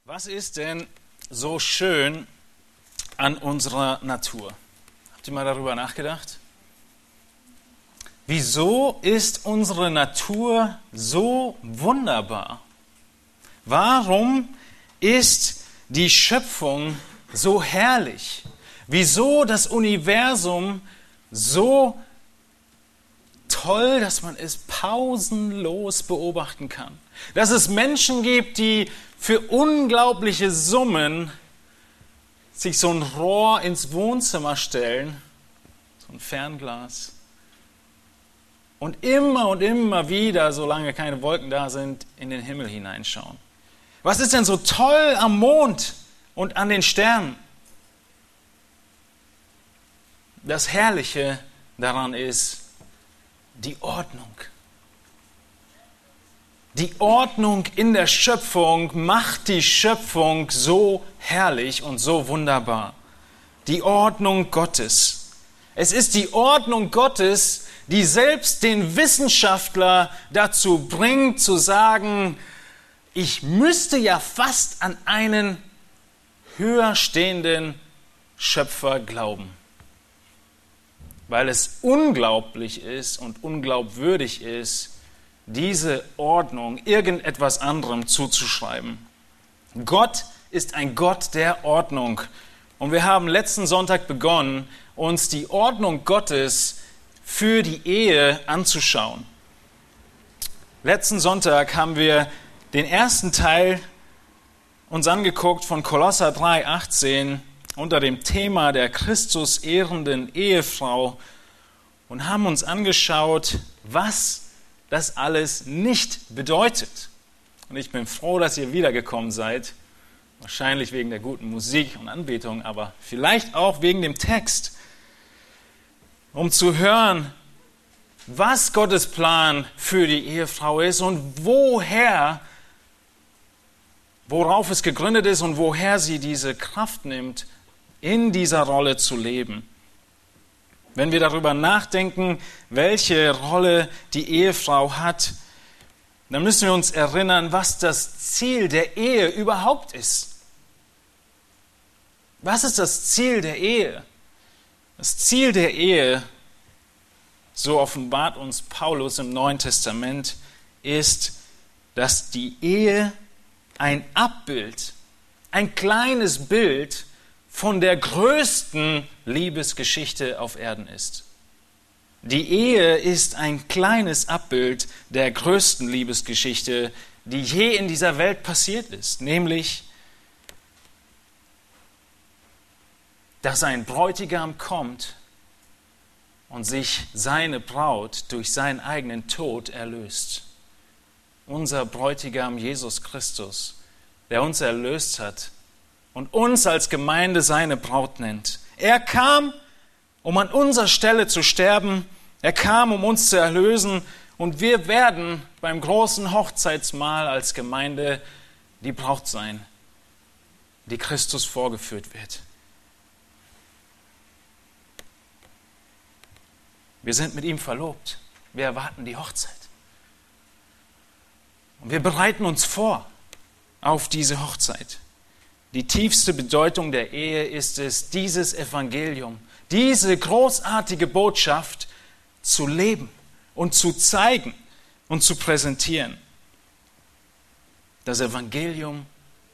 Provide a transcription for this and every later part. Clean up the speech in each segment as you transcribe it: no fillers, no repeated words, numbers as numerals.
Was ist denn so schön an unserer Natur? Habt ihr mal darüber nachgedacht? Wieso ist unsere Natur so wunderbar? Warum ist die Schöpfung so herrlich? Wieso das Universum so toll, dass man es pausenlos beobachten kann? Dass es Menschen gibt, die für unglaubliche Summen sich so ein Rohr ins Wohnzimmer stellen, so ein Fernglas, und immer wieder, solange keine Wolken da sind, in den Himmel hineinschauen. Was ist denn so toll am Mond und an den Sternen? Das Herrliche daran ist die Ordnung. Die Ordnung in der Schöpfung macht die Schöpfung so herrlich und so wunderbar. Die Ordnung Gottes. Es ist die Ordnung Gottes, die selbst den Wissenschaftler dazu bringt, zu sagen, ich müsste ja fast an einen höher stehenden Schöpfer glauben. Weil es unglaublich ist und unglaubwürdig ist, diese Ordnung irgendetwas anderem zuzuschreiben. Gott ist ein Gott der Ordnung. Und wir haben letzten Sonntag begonnen, uns die Ordnung Gottes für die Ehe anzuschauen. Letzten Sonntag haben wir den ersten Teil uns angeguckt von Kolosser 3,18 unter dem Thema der Christus ehrenden Ehefrau und haben uns angeschaut, was das alles nicht bedeutet. Und ich bin froh, dass ihr wiedergekommen seid. Wahrscheinlich wegen der guten Musik und Anbetung, aber vielleicht auch wegen dem Text. Um zu hören, was Gottes Plan für die Ehefrau ist und worauf es gegründet ist und woher sie diese Kraft nimmt, in dieser Rolle zu leben. Wenn wir darüber nachdenken, welche Rolle die Ehefrau hat, dann müssen wir uns erinnern, was das Ziel der Ehe überhaupt ist. Was ist das Ziel der Ehe? Das Ziel der Ehe, so offenbart uns Paulus im Neuen Testament, ist, dass die Ehe ein Abbild, ein kleines Bild von der größten Liebesgeschichte auf Erden ist. Die Ehe ist ein kleines Abbild der größten Liebesgeschichte, die je in dieser Welt passiert ist, nämlich, dass ein Bräutigam kommt und sich seine Braut durch seinen eigenen Tod erlöst. Unser Bräutigam Jesus Christus, der uns erlöst hat und uns als Gemeinde seine Braut nennt. Er kam, um an unserer Stelle zu sterben. Er kam, um uns zu erlösen. Und wir werden beim großen Hochzeitsmahl als Gemeinde die Braut sein, die Christus vorgeführt wird. Wir sind mit ihm verlobt. Wir erwarten die Hochzeit. Und wir bereiten uns vor auf diese Hochzeit. Die tiefste Bedeutung der Ehe ist es, dieses Evangelium, diese großartige Botschaft zu leben und zu zeigen und zu präsentieren. Das Evangelium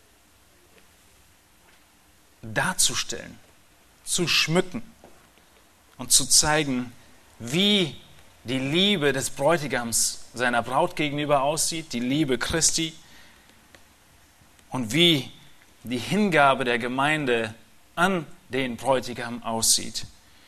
darzustellen, zu schmücken und zu zeigen, wie die Liebe des Bräutigams seiner Braut gegenüber aussieht, die Liebe Christi, und wie die Hingabe der Gemeinde an den Bräutigam aussieht.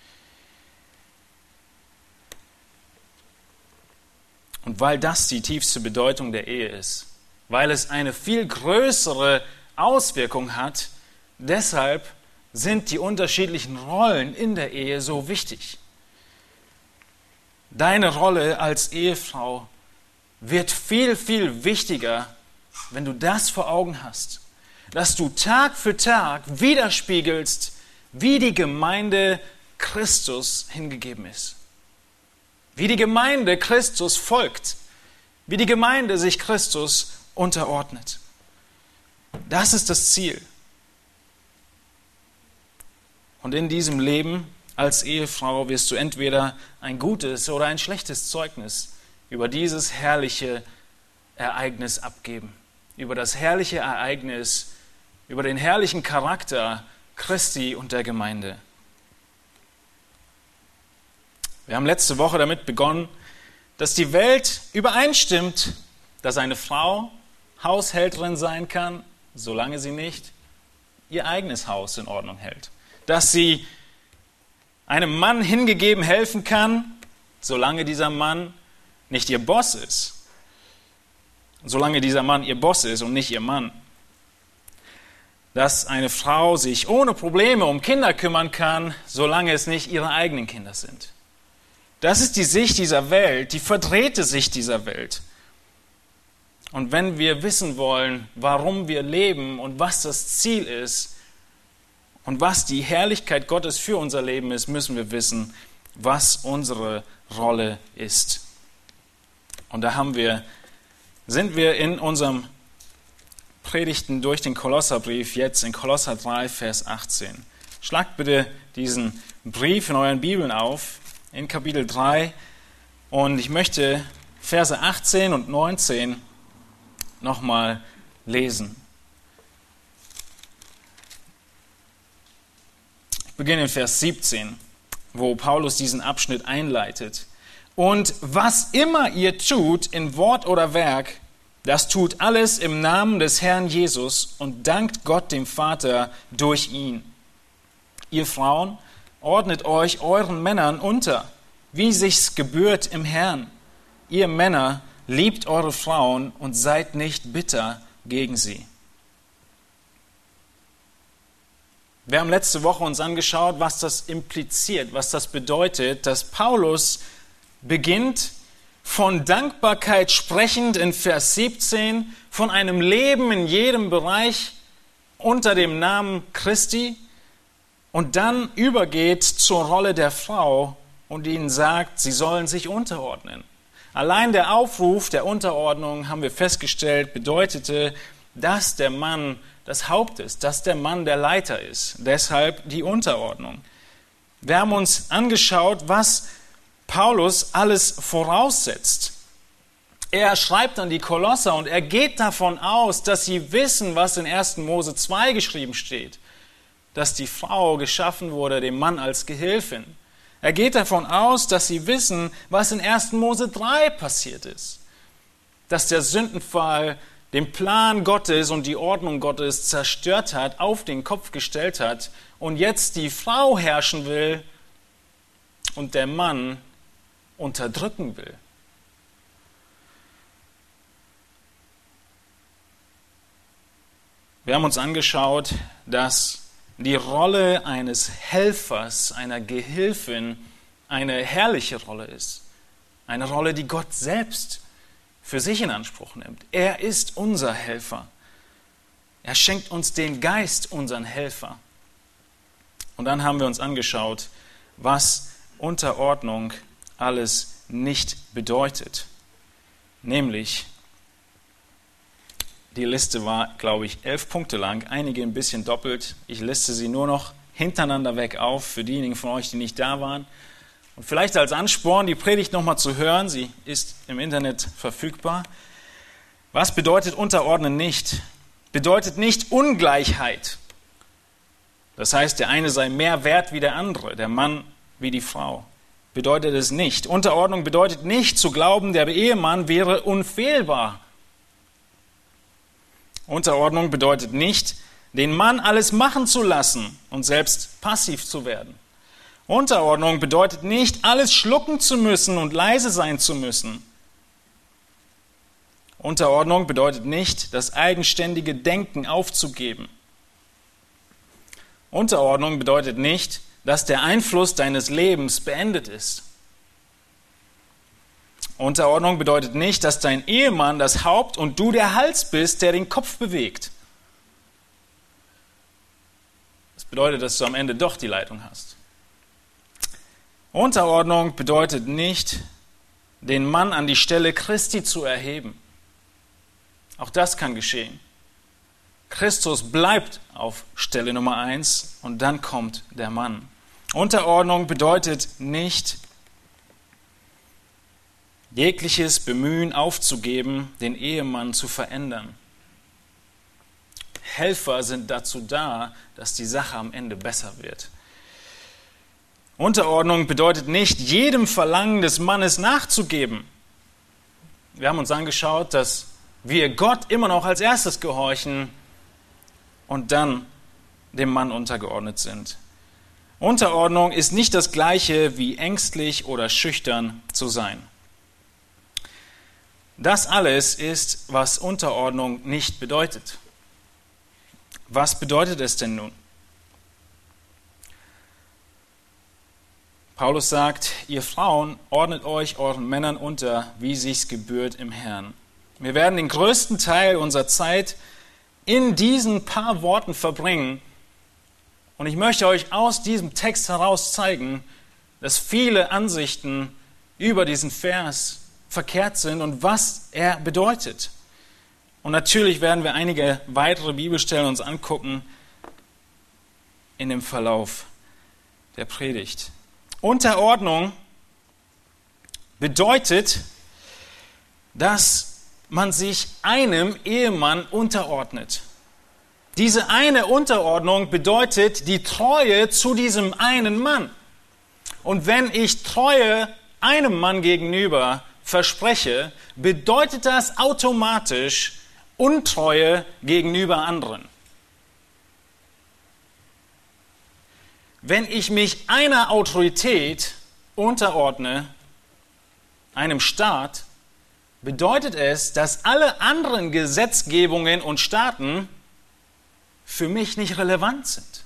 Und weil das die tiefste Bedeutung der Ehe ist, weil es eine viel größere Auswirkung hat, deshalb sind die unterschiedlichen Rollen in der Ehe so wichtig. Deine Rolle als Ehefrau wird viel, viel wichtiger, wenn du das vor Augen hast, dass du Tag für Tag widerspiegelst, wie die Gemeinde Christus hingegeben ist. Wie die Gemeinde Christus folgt, wie die Gemeinde sich Christus unterordnet. Das ist das Ziel. Und in diesem Leben als Ehefrau wirst du entweder ein gutes oder ein schlechtes Zeugnis über dieses herrliche Ereignis abgeben. Über das herrliche Ereignis, über den herrlichen Charakter Christi und der Gemeinde. Wir haben letzte Woche damit begonnen, dass die Welt übereinstimmt, dass eine Frau Haushälterin sein kann, solange sie nicht ihr eigenes Haus in Ordnung hält. Dass sie einem Mann hingegeben helfen kann, solange dieser Mann nicht ihr Boss ist. Solange dieser Mann ihr Boss ist und nicht ihr Mann. Dass eine Frau sich ohne Probleme um Kinder kümmern kann, solange es nicht ihre eigenen Kinder sind. Das ist die Sicht dieser Welt, die verdrehte Sicht dieser Welt. Und wenn wir wissen wollen, warum wir leben und was das Ziel ist und was die Herrlichkeit Gottes für unser Leben ist, müssen wir wissen, was unsere Rolle ist. Und da sind wir in unserem Predigten durch den Kolosserbrief jetzt in Kolosser 3, Vers 18. Schlagt bitte diesen Brief in euren Bibeln auf, in Kapitel 3. Und ich möchte Verse 18 und 19 nochmal lesen. Ich beginne in Vers 17, wo Paulus diesen Abschnitt einleitet. Und was immer ihr tut, in Wort oder Werk, das tut alles im Namen des Herrn Jesus und dankt Gott dem Vater durch ihn. Ihr Frauen, ordnet euch euren Männern unter, wie sich's gebührt im Herrn. Ihr Männer, liebt eure Frauen und seid nicht bitter gegen sie. Wir haben letzte Woche uns angeschaut, was das impliziert, was das bedeutet, dass Paulus beginnt, von Dankbarkeit sprechend in Vers 17, von einem Leben in jedem Bereich unter dem Namen Christi und dann übergeht zur Rolle der Frau und ihnen sagt, sie sollen sich unterordnen. Allein der Aufruf der Unterordnung, haben wir festgestellt, bedeutete, dass der Mann das Haupt ist, dass der Mann der Leiter ist. Deshalb die Unterordnung. Wir haben uns angeschaut, was Paulus alles voraussetzt. Er schreibt an die Kolosser und er geht davon aus, dass sie wissen, was in 1. Mose 2 geschrieben steht, dass die Frau geschaffen wurde, dem Mann als Gehilfin. Er geht davon aus, dass sie wissen, was in 1. Mose 3 passiert ist, dass der Sündenfall den Plan Gottes und die Ordnung Gottes zerstört hat, auf den Kopf gestellt hat und jetzt die Frau herrschen will und der Mann unterdrücken will. Wir haben uns angeschaut, dass die Rolle eines Helfers, einer Gehilfin, eine herrliche Rolle ist. Eine Rolle, die Gott selbst für sich in Anspruch nimmt. Er ist unser Helfer. Er schenkt uns den Geist, unseren Helfer. Und dann haben wir uns angeschaut, was Unterordnung alles nicht bedeutet. Nämlich, die Liste war, glaube ich, 11 Punkte lang, einige ein bisschen doppelt. Ich liste sie nur noch hintereinander weg auf, für diejenigen von euch, die nicht da waren. Und vielleicht als Ansporn, die Predigt nochmal zu hören, sie ist im Internet verfügbar. Was bedeutet Unterordnen nicht? Bedeutet nicht Ungleichheit. Das heißt, der eine sei mehr wert wie der andere, der Mann wie die Frau. Bedeutet es nicht. Unterordnung bedeutet nicht zu glauben, der Ehemann wäre unfehlbar. Unterordnung bedeutet nicht, den Mann alles machen zu lassen und selbst passiv zu werden. Unterordnung bedeutet nicht, alles schlucken zu müssen und leise sein zu müssen. Unterordnung bedeutet nicht, das eigenständige Denken aufzugeben. Unterordnung bedeutet nicht, dass der Einfluss deines Lebens beendet ist. Unterordnung bedeutet nicht, dass dein Ehemann das Haupt und du der Hals bist, der den Kopf bewegt. Das bedeutet, dass du am Ende doch die Leitung hast. Unterordnung bedeutet nicht, den Mann an die Stelle Christi zu erheben. Auch das kann geschehen. Christus bleibt auf Stelle Nummer 1 und dann kommt der Mann. Unterordnung bedeutet nicht, jegliches Bemühen aufzugeben, den Ehemann zu verändern. Helfer sind dazu da, dass die Sache am Ende besser wird. Unterordnung bedeutet nicht, jedem Verlangen des Mannes nachzugeben. Wir haben uns angeschaut, dass wir Gott immer noch als erstes gehorchen und dann dem Mann untergeordnet sind. Unterordnung ist nicht das Gleiche wie ängstlich oder schüchtern zu sein. Das alles ist, was Unterordnung nicht bedeutet. Was bedeutet es denn nun? Paulus sagt, ihr Frauen, ordnet euch euren Männern unter, wie sich's gebührt im Herrn. Wir werden den größten Teil unserer Zeit in diesen paar Worten verbringen. Und ich möchte euch aus diesem Text heraus zeigen, dass viele Ansichten über diesen Vers verkehrt sind und was er bedeutet. Und natürlich werden wir einige weitere Bibelstellen uns angucken in dem Verlauf der Predigt. Unterordnung bedeutet, dass man sich einem Ehemann unterordnet. Diese eine Unterordnung bedeutet die Treue zu diesem einen Mann. Und wenn ich Treue einem Mann gegenüber verspreche, bedeutet das automatisch Untreue gegenüber anderen. Wenn ich mich einer Autorität unterordne, einem Staat, bedeutet es, dass alle anderen Gesetzgebungen und Staaten für mich nicht relevant sind.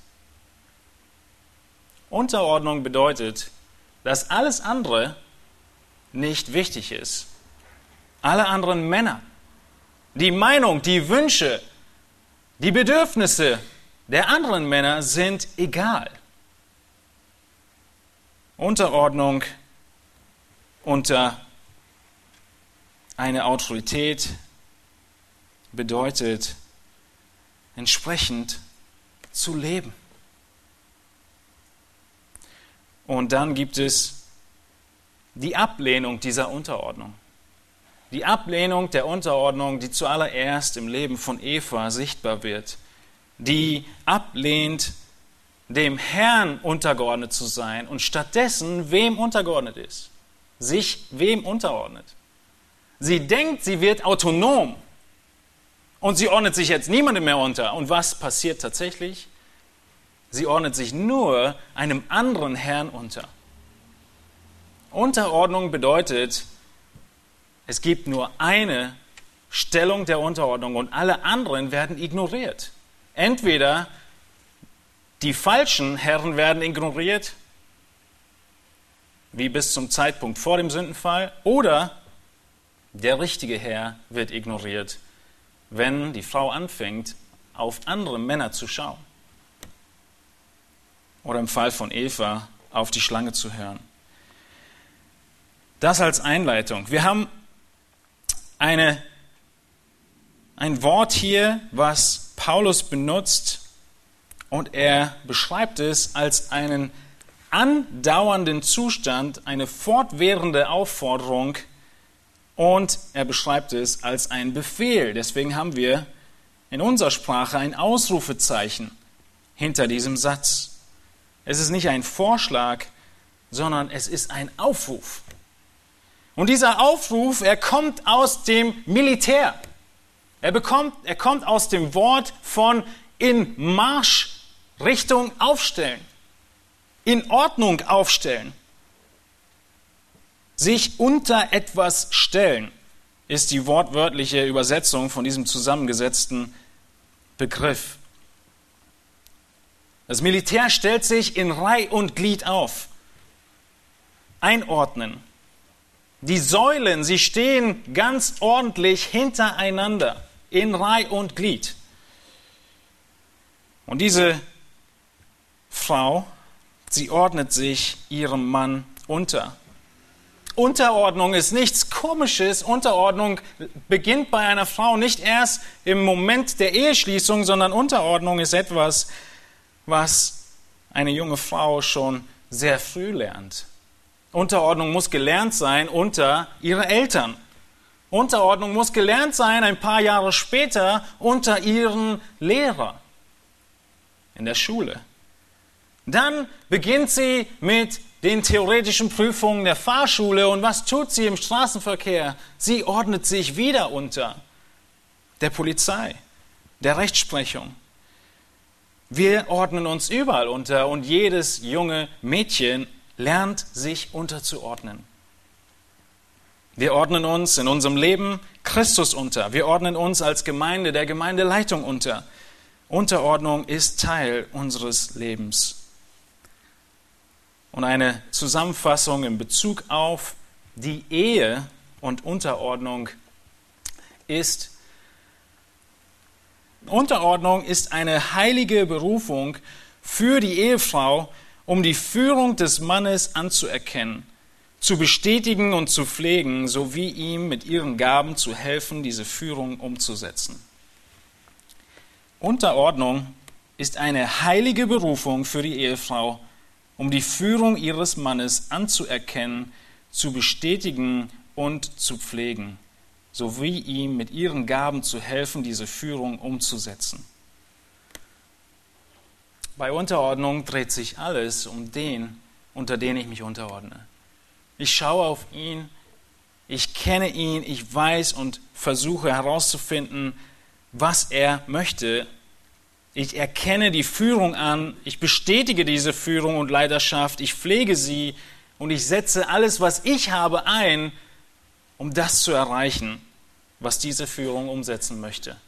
Unterordnung bedeutet, dass alles andere nicht wichtig ist. Alle anderen Männer, die Meinung, die Wünsche, die Bedürfnisse der anderen Männer sind egal. Unterordnung unter eine Autorität bedeutet, entsprechend zu leben. Und dann gibt es die Ablehnung dieser Unterordnung. Die Ablehnung der Unterordnung, die zuallererst im Leben von Eva sichtbar wird, die ablehnt, dem Herrn untergeordnet zu sein und stattdessen wem untergeordnet ist, sich wem unterordnet. Sie denkt, sie wird autonom und sie ordnet sich jetzt niemandem mehr unter. Und was passiert tatsächlich? Sie ordnet sich nur einem anderen Herrn unter. Unterordnung bedeutet, es gibt nur eine Stellung der Unterordnung und alle anderen werden ignoriert. Entweder die falschen Herren werden ignoriert, wie bis zum Zeitpunkt vor dem Sündenfall, oder der richtige Herr wird ignoriert, wenn die Frau anfängt, auf andere Männer zu schauen. Oder im Fall von Eva, auf die Schlange zu hören. Das als Einleitung. Wir haben ein Wort hier, was Paulus benutzt, und er beschreibt es als einen andauernden Zustand, eine fortwährende Aufforderung, und er beschreibt es als einen Befehl. Deswegen haben wir in unserer Sprache ein Ausrufezeichen hinter diesem Satz. Es ist nicht ein Vorschlag, sondern es ist ein Aufruf. Und dieser Aufruf, er kommt aus dem Militär. Er kommt aus dem Wort von in Marsch, Richtung aufstellen, in Ordnung aufstellen. Sich unter etwas stellen ist die wortwörtliche Übersetzung von diesem zusammengesetzten Begriff. Das Militär stellt sich in Reih und Glied auf. Einordnen. Die Säulen, sie stehen ganz ordentlich hintereinander, in Reih und Glied. Und diese Frau, sie ordnet sich ihrem Mann unter. Unterordnung ist nichts Komisches. Unterordnung beginnt bei einer Frau nicht erst im Moment der Eheschließung, sondern Unterordnung ist etwas, was eine junge Frau schon sehr früh lernt. Unterordnung muss gelernt sein unter ihre Eltern. Unterordnung muss gelernt sein ein paar Jahre später unter ihren Lehrer in der Schule. Dann beginnt sie mit den theoretischen Prüfungen der Fahrschule. Und was tut sie im Straßenverkehr? Sie ordnet sich wieder unter der Polizei, der Rechtsprechung. Wir ordnen uns überall unter und jedes junge Mädchen lernt sich unterzuordnen. Wir ordnen uns in unserem Leben Christus unter. Wir ordnen uns als Gemeinde der Gemeindeleitung unter. Unterordnung ist Teil unseres Lebens. Und eine Zusammenfassung in Bezug auf die Ehe und Unterordnung ist eine heilige Berufung für die Ehefrau, um die Führung des Mannes anzuerkennen, zu bestätigen und zu pflegen, sowie ihm mit ihren Gaben zu helfen, diese Führung umzusetzen. Unterordnung ist eine heilige Berufung für die Ehefrau, um die Führung ihres Mannes anzuerkennen, zu bestätigen und zu pflegen, sowie ihm mit ihren Gaben zu helfen, diese Führung umzusetzen. Bei Unterordnung dreht sich alles um den, unter den ich mich unterordne. Ich schaue auf ihn, ich kenne ihn, ich weiß und versuche herauszufinden, was er möchte. Ich erkenne die Führung an, ich bestätige diese Führung und Leiterschaft, ich pflege sie und ich setze alles, was ich habe, ein, um das zu erreichen, was diese Führung umsetzen möchte.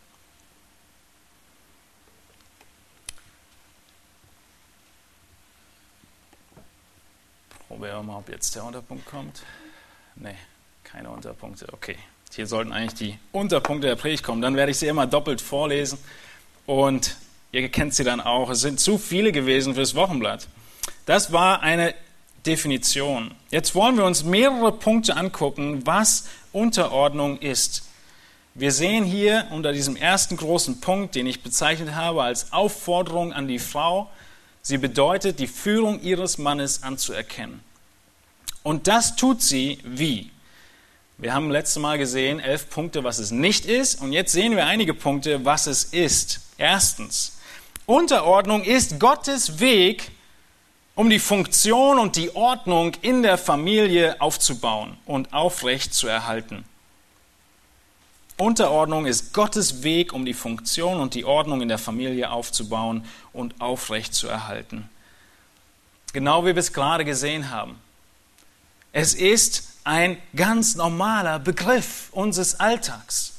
Probieren wir mal, ob jetzt der Unterpunkt kommt. Nee, keine Unterpunkte. Okay, hier sollten eigentlich die Unterpunkte der Predigt kommen. Dann werde ich sie immer doppelt vorlesen. Und ihr kennt sie dann auch. Es sind zu viele gewesen fürs Wochenblatt. Das war eine Definition. Jetzt wollen wir uns mehrere Punkte angucken, was Unterordnung ist. Wir sehen hier unter diesem ersten großen Punkt, den ich bezeichnet habe als Aufforderung an die Frau, sie bedeutet, die Führung ihres Mannes anzuerkennen. Und das tut sie wie? Wir haben letztes Mal gesehen, 11 Punkte, was es nicht ist. Und jetzt sehen wir einige Punkte, was es ist. Erstens, Unterordnung ist Gottes Weg, um die Funktion und die Ordnung in der Familie aufzubauen und aufrecht zu erhalten. Unterordnung ist Gottes Weg, um die Funktion und die Ordnung in der Familie aufzubauen und aufrecht zu erhalten. Genau wie wir es gerade gesehen haben. Es ist ein ganz normaler Begriff unseres Alltags.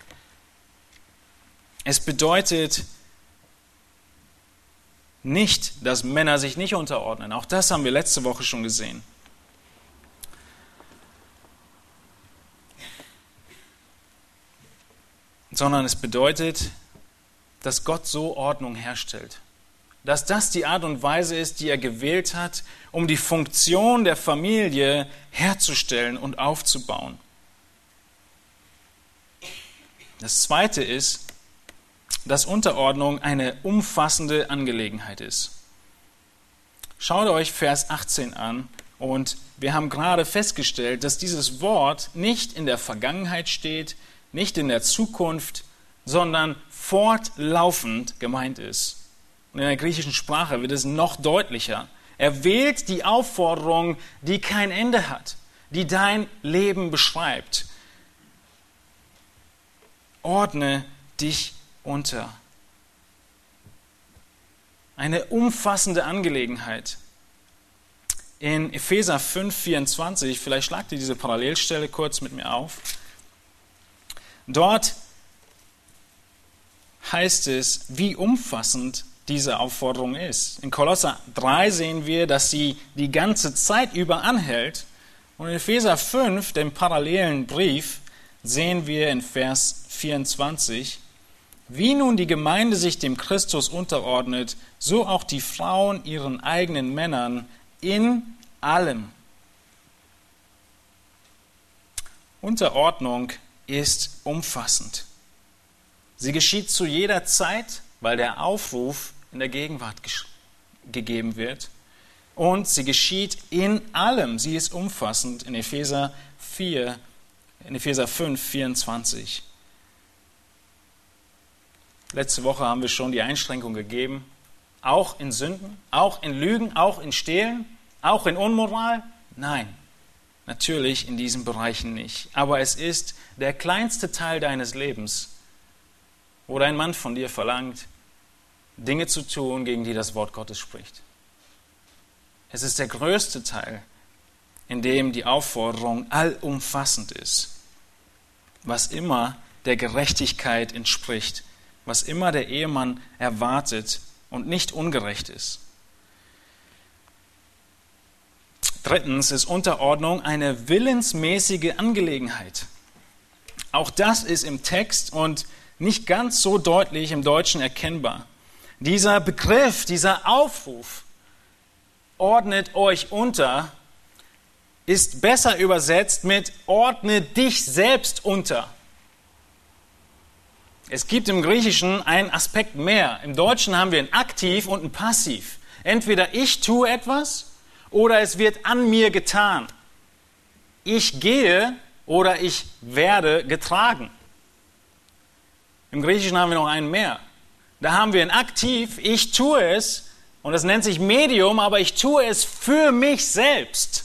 Es bedeutet nicht, dass Männer sich nicht unterordnen. Auch das haben wir letzte Woche schon gesehen. Sondern es bedeutet, dass Gott so Ordnung herstellt. Dass das die Art und Weise ist, die er gewählt hat, um die Funktion der Familie herzustellen und aufzubauen. Das Zweite ist, dass Unterordnung eine umfassende Angelegenheit ist. Schaut euch Vers 18 an und wir haben gerade festgestellt, dass dieses Wort nicht in der Vergangenheit steht, nicht in der Zukunft, sondern fortlaufend gemeint ist. Und in der griechischen Sprache wird es noch deutlicher. Er wählt die Aufforderung, die kein Ende hat, die dein Leben beschreibt. Ordne dich unter. Eine umfassende Angelegenheit. In Epheser 5,24, vielleicht schlagt ihr diese Parallelstelle kurz mit mir auf. Dort heißt es, wie umfassend diese Aufforderung ist. In Kolosser 3 sehen wir, dass sie die ganze Zeit über anhält. Und in Epheser 5, dem parallelen Brief, sehen wir in Vers 24, wie nun die Gemeinde sich dem Christus unterordnet, so auch die Frauen ihren eigenen Männern in allem. Unterordnung ist umfassend. Sie geschieht zu jeder Zeit, weil der Aufruf in der Gegenwart gegeben wird. Und sie geschieht in allem. Sie ist umfassend in Epheser 5, 24. Letzte Woche haben wir schon die Einschränkung gegeben. Auch in Sünden, auch in Lügen, auch in Stehlen, auch in Unmoral? Nein, natürlich in diesen Bereichen nicht. Aber es ist der kleinste Teil deines Lebens, wo dein Mann von dir verlangt, Dinge zu tun, gegen die das Wort Gottes spricht. Es ist der größte Teil, in dem die Aufforderung allumfassend ist, was immer der Gerechtigkeit entspricht, was immer der Ehemann erwartet und nicht ungerecht ist. Drittens ist Unterordnung eine willensmäßige Angelegenheit. Auch das ist im Text und nicht ganz so deutlich im Deutschen erkennbar. Dieser Begriff, dieser Aufruf, ordnet euch unter, ist besser übersetzt mit ordne dich selbst unter. Es gibt im Griechischen einen Aspekt mehr. Im Deutschen haben wir ein Aktiv und ein Passiv. Entweder ich tue etwas oder es wird an mir getan. Ich gehe oder ich werde getragen. Im Griechischen haben wir noch einen mehr. Da haben wir ein Aktiv, ich tue es, und das nennt sich Medium, aber ich tue es für mich selbst.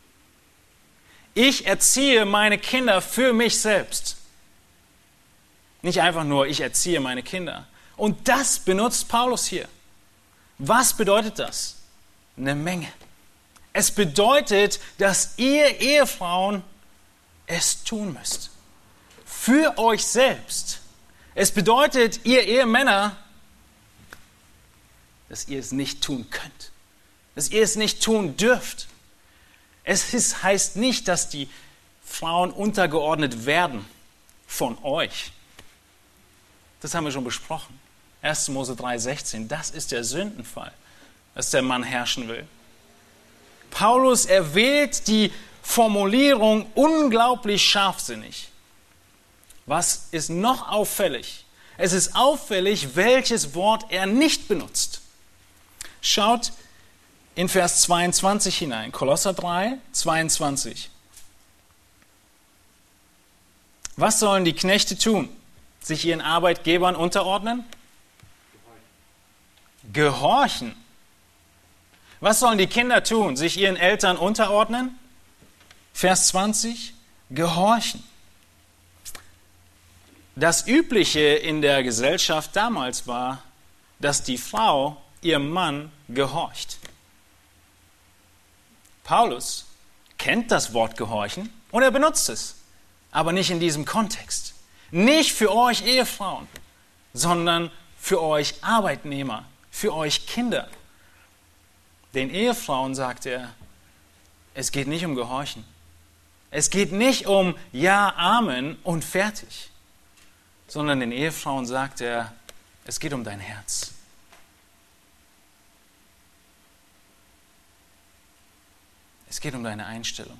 Ich erziehe meine Kinder für mich selbst. Nicht einfach nur, ich erziehe meine Kinder. Und das benutzt Paulus hier. Was bedeutet das? Eine Menge. Es bedeutet, dass ihr Ehefrauen es tun müsst. Für euch selbst. Es bedeutet, ihr Ehemänner, dass ihr es nicht tun könnt. Dass ihr es nicht tun dürft. Heißt nicht, dass die Frauen untergeordnet werden von euch. Das haben wir schon besprochen. 1. Mose 3,16. Das ist der Sündenfall, dass der Mann herrschen will. Paulus erwählt die Formulierung unglaublich scharfsinnig. Was ist noch auffällig? Es ist auffällig, welches Wort er nicht benutzt. Schaut in Vers 22 hinein. Kolosser 3, 22. Was sollen die Knechte tun? Sich ihren Arbeitgebern unterordnen? Gehorchen. Was sollen die Kinder tun? Sich ihren Eltern unterordnen? Vers 20. Gehorchen. Das Übliche in der Gesellschaft damals war, dass die Frau ihrem Mann gehorcht. Paulus kennt das Wort gehorchen und er benutzt es, aber nicht in diesem Kontext. Nicht für euch Ehefrauen, sondern für euch Arbeitnehmer, für euch Kinder. Den Ehefrauen sagt er, es geht nicht um Gehorchen. Es geht nicht um Ja, Amen und fertig. Sondern den Ehefrauen sagt er, es geht um dein Herz. Es geht um deine Einstellung.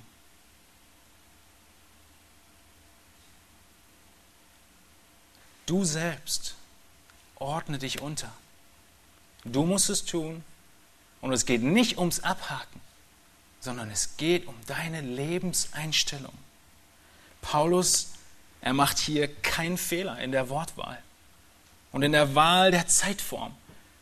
Du selbst ordne dich unter. Du musst es tun und es geht nicht ums Abhaken, sondern es geht um deine Lebenseinstellung. Paulus, er macht hier keinen Fehler in der Wortwahl und in der Wahl der Zeitform.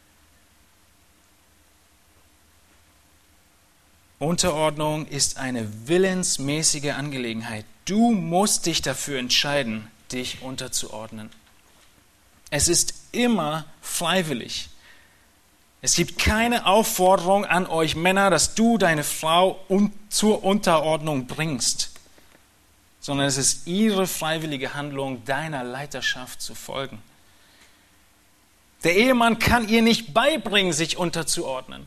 Unterordnung ist eine willensmäßige Angelegenheit. Du musst dich dafür entscheiden, dich unterzuordnen. Es ist immer freiwillig. Es gibt keine Aufforderung an euch Männer, dass du deine Frau zur Unterordnung bringst, sondern es ist ihre freiwillige Handlung, deiner Leiterschaft zu folgen. Der Ehemann kann ihr nicht beibringen, sich unterzuordnen.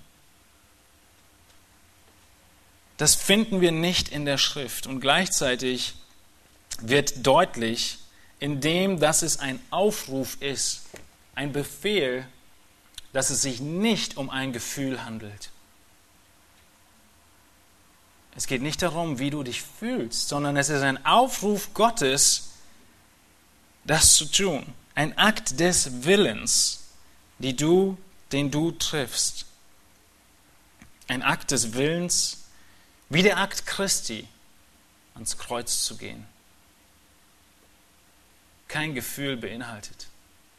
Das finden wir nicht in der Schrift. Und gleichzeitig wird deutlich, indem dass es ein Aufruf ist, ein Befehl, dass es sich nicht um ein Gefühl handelt. Es geht nicht darum, wie du dich fühlst, sondern es ist ein Aufruf Gottes, das zu tun. Ein Akt des Willens, den du triffst. Ein Akt des Willens, wie der Akt Christi, ans Kreuz zu gehen. Kein Gefühl beinhaltet.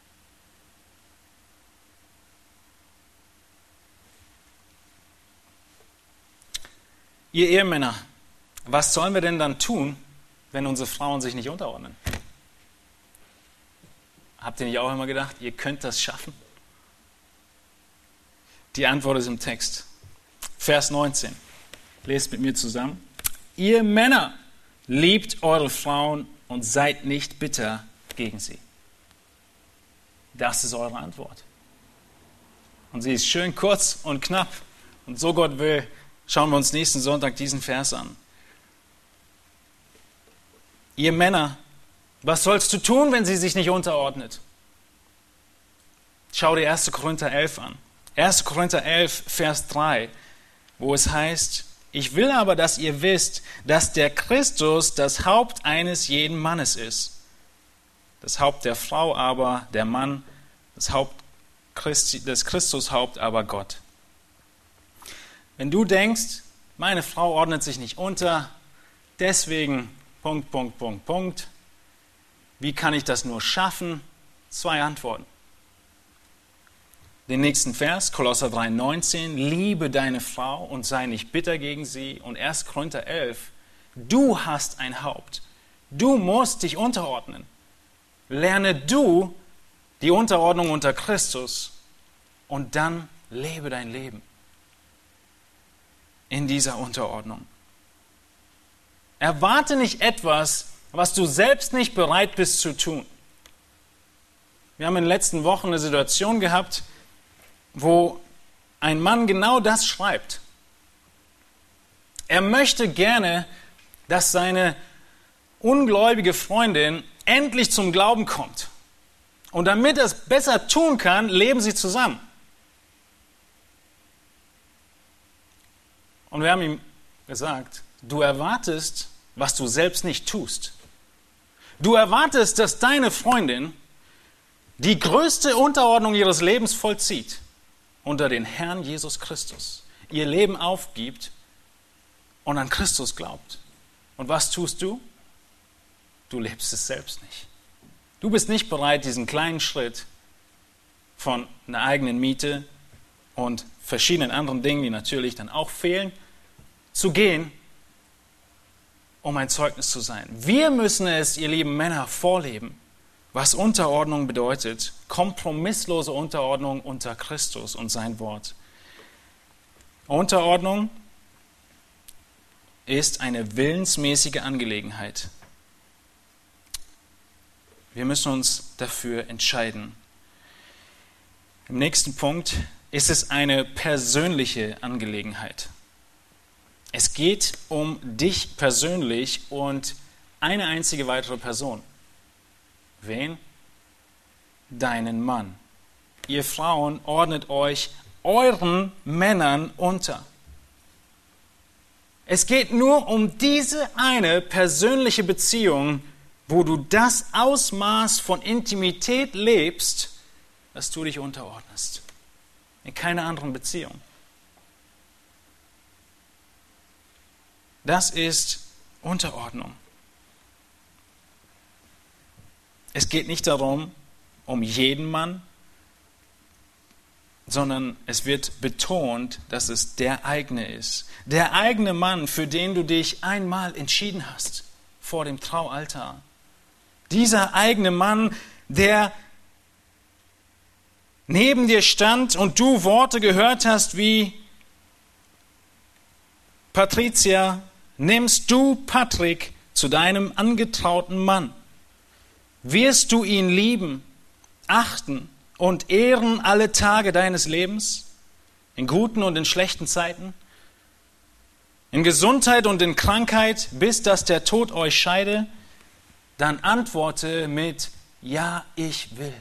Ihr Ehemänner, was sollen wir denn dann tun, wenn unsere Frauen sich nicht unterordnen? Habt ihr nicht auch immer gedacht, ihr könnt das schaffen? Die Antwort ist im Text. Vers 19. Lest mit mir zusammen. Ihr Männer, liebt eure Frauen und seid nicht bitter gegen sie. Das ist eure Antwort. Und sie ist schön kurz und knapp. Und so Gott will, schauen wir uns nächsten Sonntag diesen Vers an. Ihr Männer, was sollst du tun, wenn sie sich nicht unterordnet? Schau dir 1. Korinther 11 an. 1. Korinther 11, Vers 3, wo es heißt, ich will aber, dass ihr wisst, dass der Christus das Haupt eines jeden Mannes ist. Das Haupt der Frau aber, der Mann, das Christushaupt aber Gott. Wenn du denkst, meine Frau ordnet sich nicht unter, deswegen ... Wie kann ich das nur schaffen? 2 Antworten. Den nächsten Vers, Kolosser 3,19, liebe deine Frau und sei nicht bitter gegen sie. Und 1. Korinther 11, du hast ein Haupt. Du musst dich unterordnen. Lerne du die Unterordnung unter Christus und dann lebe dein Leben in dieser Unterordnung. Erwarte nicht etwas, was du selbst nicht bereit bist zu tun. Wir haben in den letzten Wochen eine Situation gehabt, wo ein Mann genau das schreibt. Er möchte gerne, dass seine ungläubige Freundin endlich zum Glauben kommt. Und damit er es besser tun kann, leben sie zusammen. Und wir haben ihm gesagt, du erwartest, was du selbst nicht tust. Du erwartest, dass deine Freundin die größte Unterordnung ihres Lebens vollzieht unter den Herrn Jesus Christus, ihr Leben aufgibt und an Christus glaubt. Und was tust du? Du lebst es selbst nicht. Du bist nicht bereit, diesen kleinen Schritt von einer eigenen Miete und verschiedenen anderen Dingen, die natürlich dann auch fehlen, zu gehen, um ein Zeugnis zu sein. Wir müssen es, ihr lieben Männer, vorleben, was Unterordnung bedeutet. Kompromisslose Unterordnung unter Christus und sein Wort. Unterordnung ist eine willensmäßige Angelegenheit. Wir müssen uns dafür entscheiden. Im nächsten Punkt ist es eine persönliche Angelegenheit. Es geht um dich persönlich und eine einzige weitere Person. Wen? Deinen Mann. Ihr Frauen ordnet euch euren Männern unter. Es geht nur um diese eine persönliche Beziehung, wo du das Ausmaß von Intimität lebst, dass du dich unterordnest. In keiner anderen Beziehung. Das ist Unterordnung. Es geht nicht darum, um jeden Mann, sondern es wird betont, dass es der eigene ist. Der eigene Mann, für den du dich einmal entschieden hast vor dem Traualtar. Dieser eigene Mann, der neben dir stand und du Worte gehört hast wie: Patricia, nimmst du Patrick zu deinem angetrauten Mann? Wirst du ihn lieben, achten und ehren alle Tage deines Lebens? In guten und in schlechten Zeiten? In Gesundheit und in Krankheit, bis dass der Tod euch scheide? Dann antworte mit: Ja, ich will.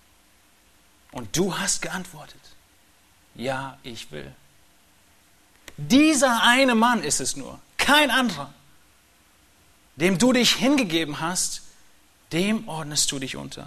Und du hast geantwortet: Ja, ich will. Dieser eine Mann ist es nur, kein anderer, dem du dich hingegeben hast, dem ordnest du dich unter.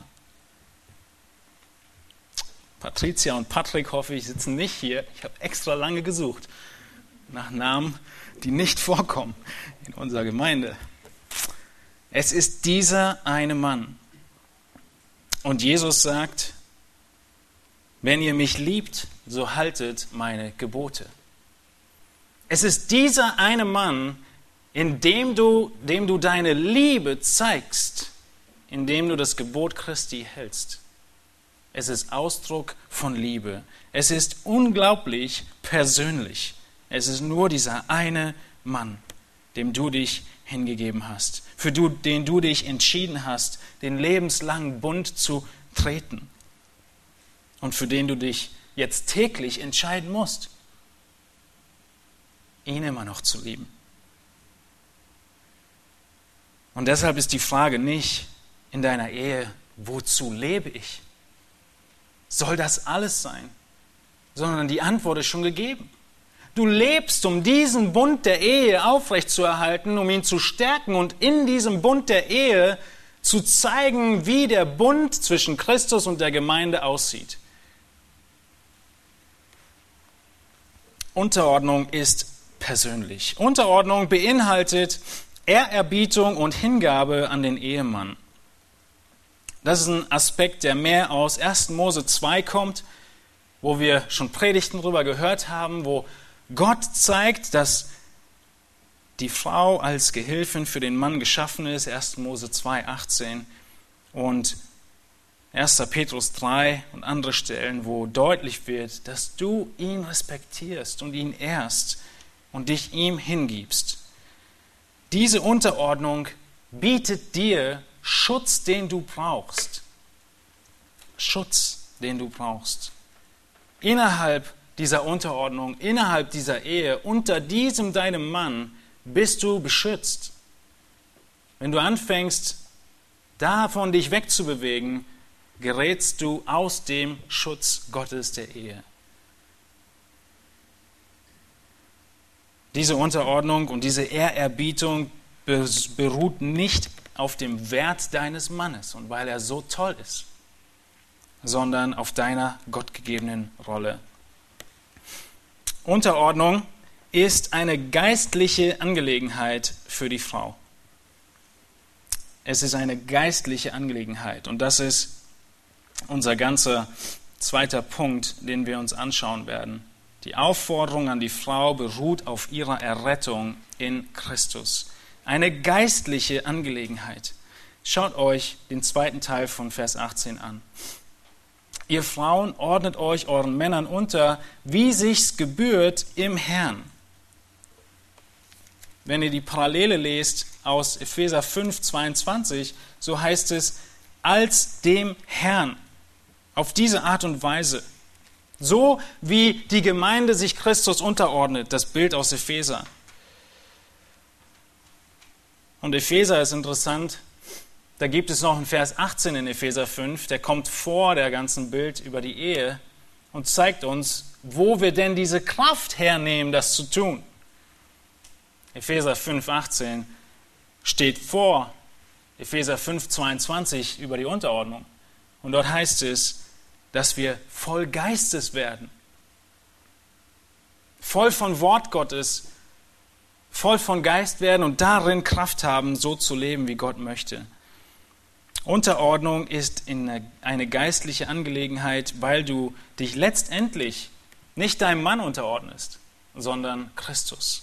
Patricia und Patrick, hoffe ich, sitzen nicht hier. Ich habe extra lange gesucht nach Namen, die nicht vorkommen in unserer Gemeinde. Es ist dieser eine Mann. Und Jesus sagt, wenn ihr mich liebt, so haltet meine Gebote. Es ist dieser eine Mann, dem du deine Liebe zeigst, indem du das Gebot Christi hältst. Es ist Ausdruck von Liebe. Es ist unglaublich persönlich. Es ist nur dieser eine Mann, dem du dich hingegeben hast, für den du dich entschieden hast, den lebenslangen Bund zu treten und für den du dich jetzt täglich entscheiden musst, ihn immer noch zu lieben. Und deshalb ist die Frage nicht in deiner Ehe, wozu lebe ich? Soll das alles sein? Sondern die Antwort ist schon gegeben. Du lebst, um diesen Bund der Ehe aufrechtzuerhalten, um ihn zu stärken und in diesem Bund der Ehe zu zeigen, wie der Bund zwischen Christus und der Gemeinde aussieht. Unterordnung ist persönlich. Unterordnung beinhaltet Ehrerbietung und Hingabe an den Ehemann. Das ist ein Aspekt, der mehr aus 1. Mose 2 kommt, wo wir schon Predigten darüber gehört haben, wo Gott zeigt, dass die Frau als Gehilfin für den Mann geschaffen ist, 1. Mose 2, 18 und 1. Petrus 3 und andere Stellen, wo deutlich wird, dass du ihn respektierst und ihn ehrst und dich ihm hingibst. Diese Unterordnung bietet dir Schutz, den du brauchst. Schutz, den du brauchst. Innerhalb dieser Unterordnung, innerhalb dieser Ehe, unter diesem deinem Mann, bist du beschützt. Wenn du anfängst, davon dich wegzubewegen, gerätst du aus dem Schutz Gottes der Ehe. Diese Unterordnung und diese Ehrerbietung beruht nicht auf dem Wert deines Mannes und weil er so toll ist, sondern auf deiner gottgegebenen Rolle. Unterordnung ist eine geistliche Angelegenheit für die Frau. Es ist eine geistliche Angelegenheit und das ist unser ganzer zweiter Punkt, den wir uns anschauen werden. Die Aufforderung an die Frau beruht auf ihrer Errettung in Christus. Eine geistliche Angelegenheit. Schaut euch den zweiten Teil von Vers 18 an. Ihr Frauen ordnet euch euren Männern unter, wie sich's gebührt im Herrn. Wenn ihr die Parallele lest aus Epheser 5, 22, so heißt es, als dem Herrn. Auf diese Art und Weise. So wie die Gemeinde sich Christus unterordnet, das Bild aus Epheser. Und Epheser ist interessant, da gibt es noch einen Vers 18 in Epheser 5, der kommt vor der ganzen Bild über die Ehe und zeigt uns, wo wir denn diese Kraft hernehmen, das zu tun. Epheser 5, 18 steht vor Epheser 5, 22 über die Unterordnung. Und dort heißt es, dass wir voll Geistes werden, voll von Wort Gottes, voll von Geist werden und darin Kraft haben, so zu leben, wie Gott möchte. Unterordnung ist eine geistliche Angelegenheit, weil du dich letztendlich nicht deinem Mann unterordnest, sondern Christus.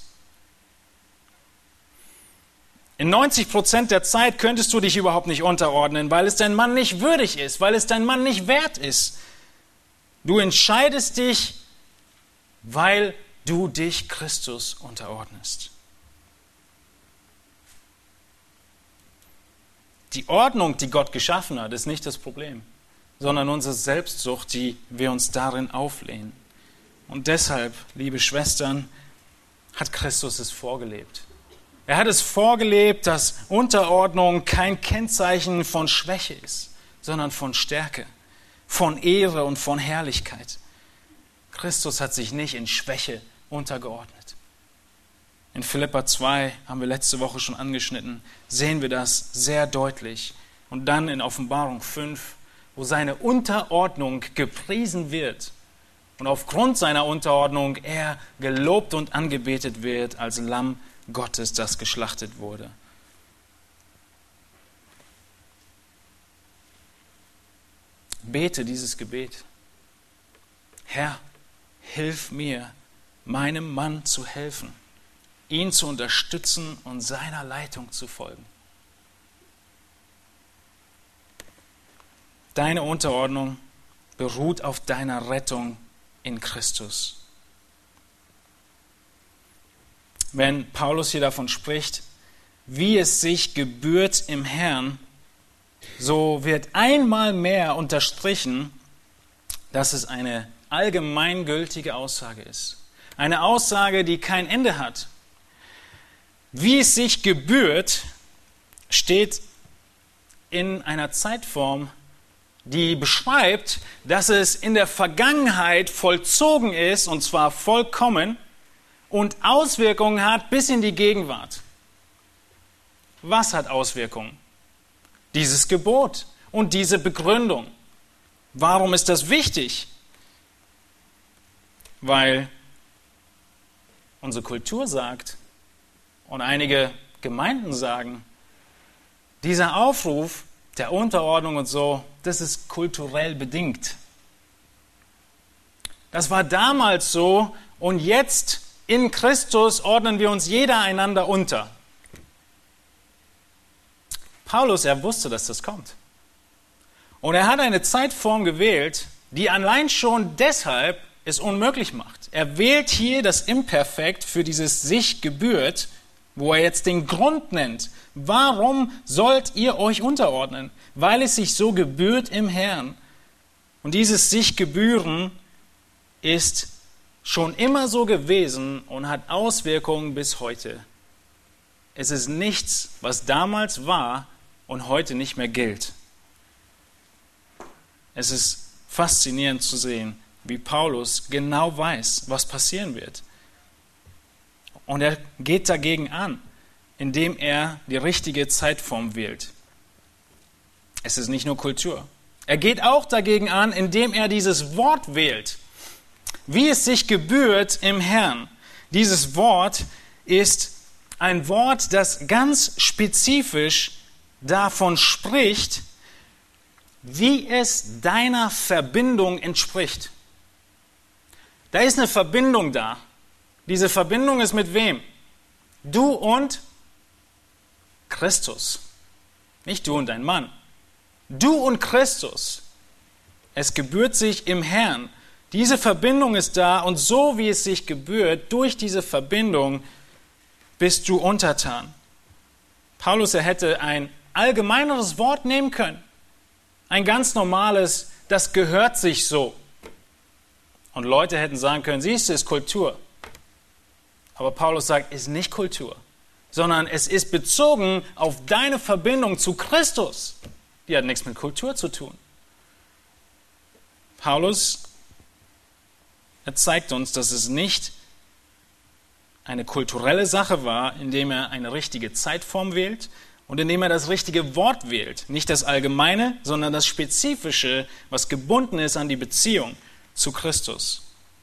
In 90% der Zeit könntest du dich überhaupt nicht unterordnen, weil es dein Mann nicht würdig ist, weil es dein Mann nicht wert ist. Du entscheidest dich, weil du dich Christus unterordnest. Die Ordnung, die Gott geschaffen hat, ist nicht das Problem, sondern unsere Selbstsucht, die wir uns darin auflehnen. Und deshalb, liebe Schwestern, hat Christus es vorgelebt. Er hat es vorgelebt, dass Unterordnung kein Kennzeichen von Schwäche ist, sondern von Stärke, von Ehre und von Herrlichkeit. Christus hat sich nicht in Schwäche untergeordnet. In Philipper 2, haben wir letzte Woche schon angeschnitten, sehen wir das sehr deutlich. Und dann in Offenbarung 5, wo seine Unterordnung gepriesen wird und aufgrund seiner Unterordnung er gelobt und angebetet wird als Lamm Gottes, das geschlachtet wurde. Bete dieses Gebet. Herr, hilf mir, meinem Mann zu helfen, ihn zu unterstützen und seiner Leitung zu folgen. Deine Unterordnung beruht auf deiner Rettung in Christus. Wenn Paulus hier davon spricht, wie es sich gebührt im Herrn, so wird einmal mehr unterstrichen, dass es eine allgemeingültige Aussage ist. Eine Aussage, die kein Ende hat. Wie es sich gebührt, steht in einer Zeitform, die beschreibt, dass es in der Vergangenheit vollzogen ist, und zwar vollkommen, und Auswirkungen hat bis in die Gegenwart. Was hat Auswirkungen? Dieses Gebot und diese Begründung. Warum ist das wichtig? Weil unsere Kultur sagt und einige Gemeinden sagen, dieser Aufruf der Unterordnung und so, das ist kulturell bedingt. Das war damals so und jetzt in Christus ordnen wir uns jeder einander unter. Paulus, er wusste, dass das kommt. Und er hat eine Zeitform gewählt, die allein schon deshalb es unmöglich macht. Er wählt hier das Imperfekt für dieses sich gebührt, wo er jetzt den Grund nennt. Warum sollt ihr euch unterordnen? Weil es sich so gebührt im Herrn. Und dieses sich gebühren ist schon immer so gewesen und hat Auswirkungen bis heute. Es ist nichts, was damals war und heute nicht mehr gilt. Es ist faszinierend zu sehen, wie Paulus genau weiß, was passieren wird. Und er geht dagegen an, indem er die richtige Zeitform wählt. Es ist nicht nur Kultur. Er geht auch dagegen an, indem er dieses Wort wählt. Wie es sich gebührt im Herrn. Dieses Wort ist ein Wort, das ganz spezifisch davon spricht, wie es deiner Verbindung entspricht. Da ist eine Verbindung da. Diese Verbindung ist mit wem? Du und Christus. Nicht du und dein Mann. Du und Christus. Es gebührt sich im Herrn. Diese Verbindung ist da und so wie es sich gebührt, durch diese Verbindung bist du untertan. Paulus, er hätte ein allgemeineres Wort nehmen können. Ein ganz normales, das gehört sich so. Und Leute hätten sagen können, siehst du, ist Kultur. Aber Paulus sagt, ist nicht Kultur, sondern es ist bezogen auf deine Verbindung zu Christus. Die hat nichts mit Kultur zu tun. Paulus, er zeigt uns, dass es nicht eine kulturelle Sache war, indem er eine richtige Zeitform wählt und indem er das richtige Wort wählt. Nicht das Allgemeine, sondern das Spezifische, was gebunden ist an die Beziehung zu Christus.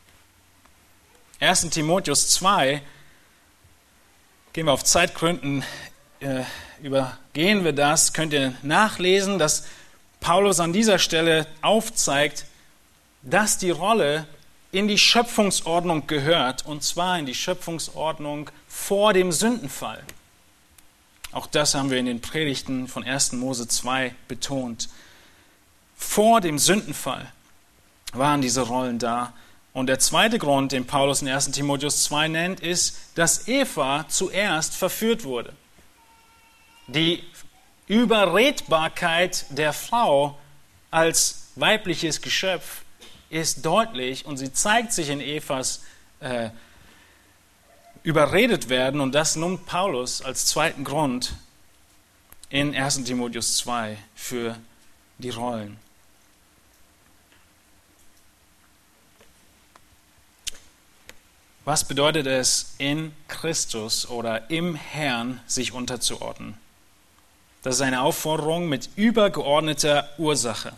1. Timotheus 2, gehen wir auf Zeitgründen, übergehen wir das, könnt ihr nachlesen, dass Paulus an dieser Stelle aufzeigt, dass die Rolle in die Schöpfungsordnung gehört, und zwar in die Schöpfungsordnung vor dem Sündenfall. Auch das haben wir in den Predigten von 1. Mose 2 betont. Vor dem Sündenfall waren diese Rollen da. Und der zweite Grund, den Paulus in 1. Timotheus 2 nennt, ist, dass Eva zuerst verführt wurde. Die Überredbarkeit der Frau als weibliches Geschöpf ist deutlich und sie zeigt sich in Evas überredet werden. Und das nimmt Paulus als zweiten Grund in 1. Timotheus 2 für die Rollen. Was bedeutet es, in Christus oder im Herrn sich unterzuordnen? Das ist eine Aufforderung mit übergeordneter Ursache.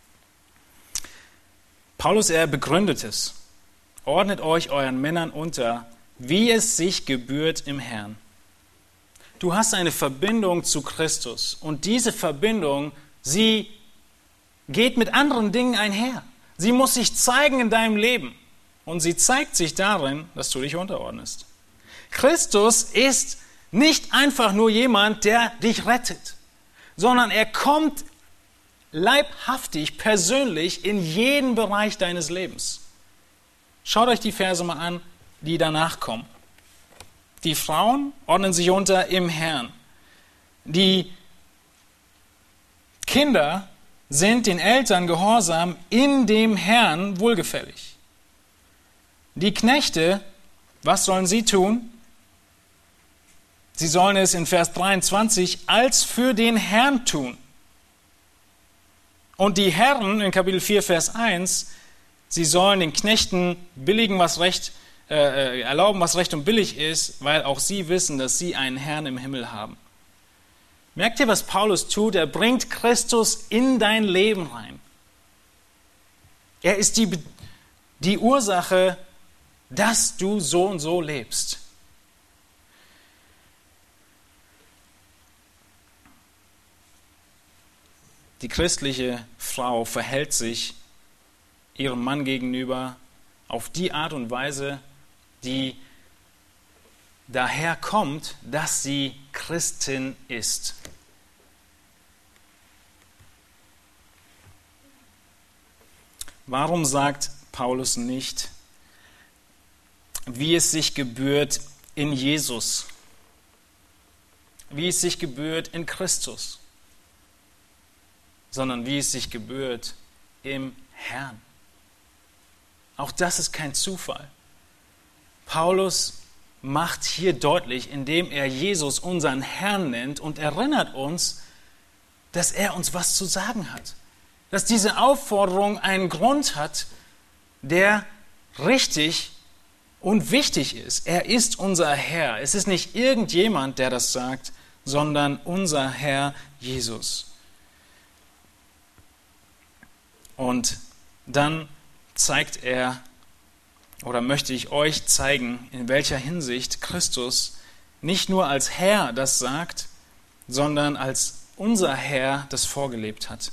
Paulus, er begründet es. Ordnet euch euren Männern unter, wie es sich gebührt im Herrn. Du hast eine Verbindung zu Christus und diese Verbindung, sie geht mit anderen Dingen einher. Sie muss sich zeigen in deinem Leben und sie zeigt sich darin, dass du dich unterordnest. Christus ist nicht einfach nur jemand, der dich rettet, sondern er kommt leibhaftig, persönlich in jeden Bereich deines Lebens. Schaut euch die Verse mal an, die danach kommen. Die Frauen ordnen sich unter im Herrn. Die Kinder sind den Eltern gehorsam in dem Herrn wohlgefällig. Die Knechte, was sollen sie tun? Sie sollen es in Vers 23 als für den Herrn tun. Und die Herren in Kapitel 4, Vers 1, sie sollen den Knechten erlauben, was recht und billig ist, weil auch sie wissen, dass sie einen Herrn im Himmel haben. Merkt ihr, was Paulus tut? Er bringt Christus in dein Leben rein. Er ist die Ursache, dass du so und so lebst. Die christliche Frau verhält sich ihrem Mann gegenüber auf die Art und Weise, die daher kommt, dass sie Christin ist. Warum sagt Paulus nicht, wie es sich gebührt in Jesus, wie es sich gebührt in Christus, sondern wie es sich gebührt im Herrn? Auch das ist kein Zufall. Paulus macht hier deutlich, indem er Jesus unseren Herrn nennt und erinnert uns, dass er uns was zu sagen hat. Dass diese Aufforderung einen Grund hat, der richtig und wichtig ist. Er ist unser Herr. Es ist nicht irgendjemand, der das sagt, sondern unser Herr Jesus. Und dann zeigt er, oder möchte ich euch zeigen, in welcher Hinsicht Christus nicht nur als Herr das sagt, sondern als unser Herr das vorgelebt hat.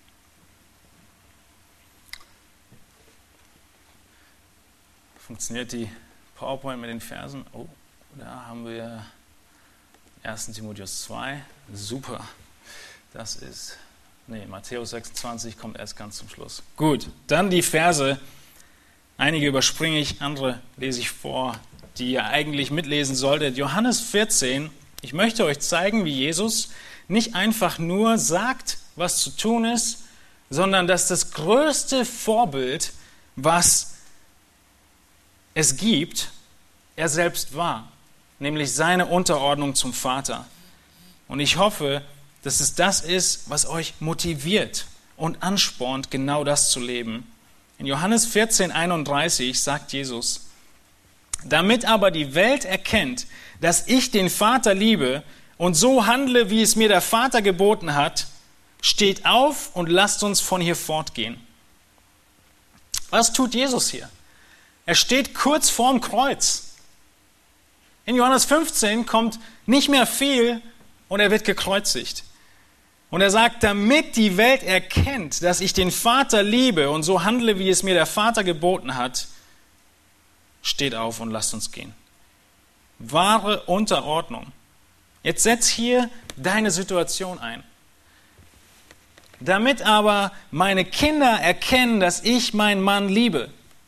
Funktioniert die PowerPoint mit den Versen? Oh, da haben wir 1. Timotheus 2. Super. Das ist... Matthäus 26 kommt erst ganz zum Schluss. Gut, dann die Verse. Einige überspringe ich, andere lese ich vor, die ihr eigentlich mitlesen solltet. Johannes 14. Ich möchte euch zeigen, wie Jesus nicht einfach nur sagt, was zu tun ist, sondern dass das größte Vorbild, was es gibt, er selbst war, nämlich seine Unterordnung zum Vater. Und ich hoffe, dass es das ist, was euch motiviert und anspornt, genau das zu leben. In Johannes 14, 31 sagt Jesus, damit aber die Welt erkennt, dass ich den Vater liebe und so handle, wie es mir der Vater geboten hat, steht auf und lasst uns von hier fortgehen. Was tut Jesus hier? Er steht kurz vorm Kreuz. In Johannes 15 kommt nicht mehr viel und er wird gekreuzigt. Und er sagt, damit die Welt erkennt, dass ich den Vater liebe und so handle, wie es mir der Vater geboten hat, steht auf und lasst uns gehen. Wahre Unterordnung. Jetzt setz hier deine Situation ein. Damit aber meine Kinder erkennen, dass ich meinen Mann liebe.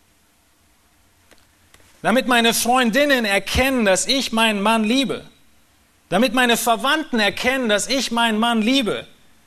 Damit meine Freundinnen erkennen, dass ich meinen Mann liebe. Damit meine Verwandten erkennen, dass ich meinen Mann liebe.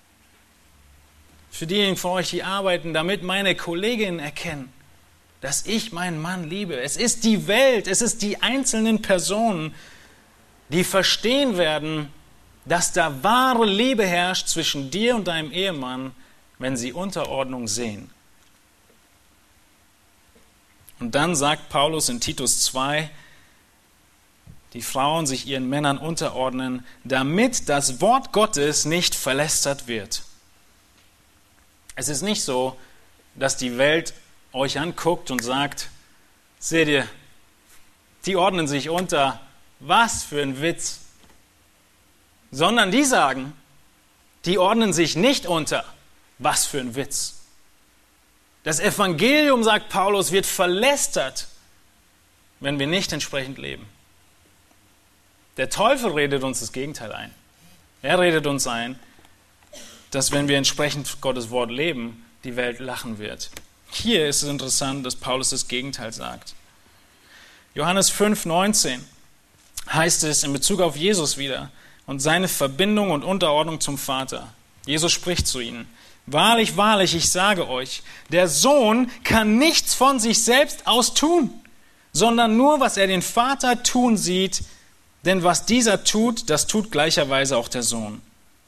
Für diejenigen von euch, die arbeiten, damit meine Kolleginnen erkennen, dass ich meinen Mann liebe. Es ist die Welt, es ist die einzelnen Personen, die verstehen werden, dass da wahre Liebe herrscht zwischen dir und deinem Ehemann, wenn sie Unterordnung sehen. Und dann sagt Paulus in Titus 2, die Frauen sich ihren Männern unterordnen, damit das Wort Gottes nicht verlästert wird. Es ist nicht so, dass die Welt euch anguckt und sagt, seht ihr, die ordnen sich unter, was für ein Witz. Sondern die sagen, die ordnen sich nicht unter, was für ein Witz. Das Evangelium, sagt Paulus, wird verlästert, wenn wir nicht entsprechend leben. Der Teufel redet uns das Gegenteil ein. Er redet uns ein, dass wenn wir entsprechend Gottes Wort leben, die Welt lachen wird. Hier ist es interessant, dass Paulus das Gegenteil sagt. Johannes 5,19 heißt es in Bezug auf Jesus wieder und seine Verbindung und Unterordnung zum Vater. Jesus spricht zu ihnen: Wahrlich, wahrlich, ich sage euch, der Sohn kann nichts von sich selbst aus tun, sondern nur, was er den Vater tun sieht, denn was dieser tut, das tut gleicherweise auch der Sohn.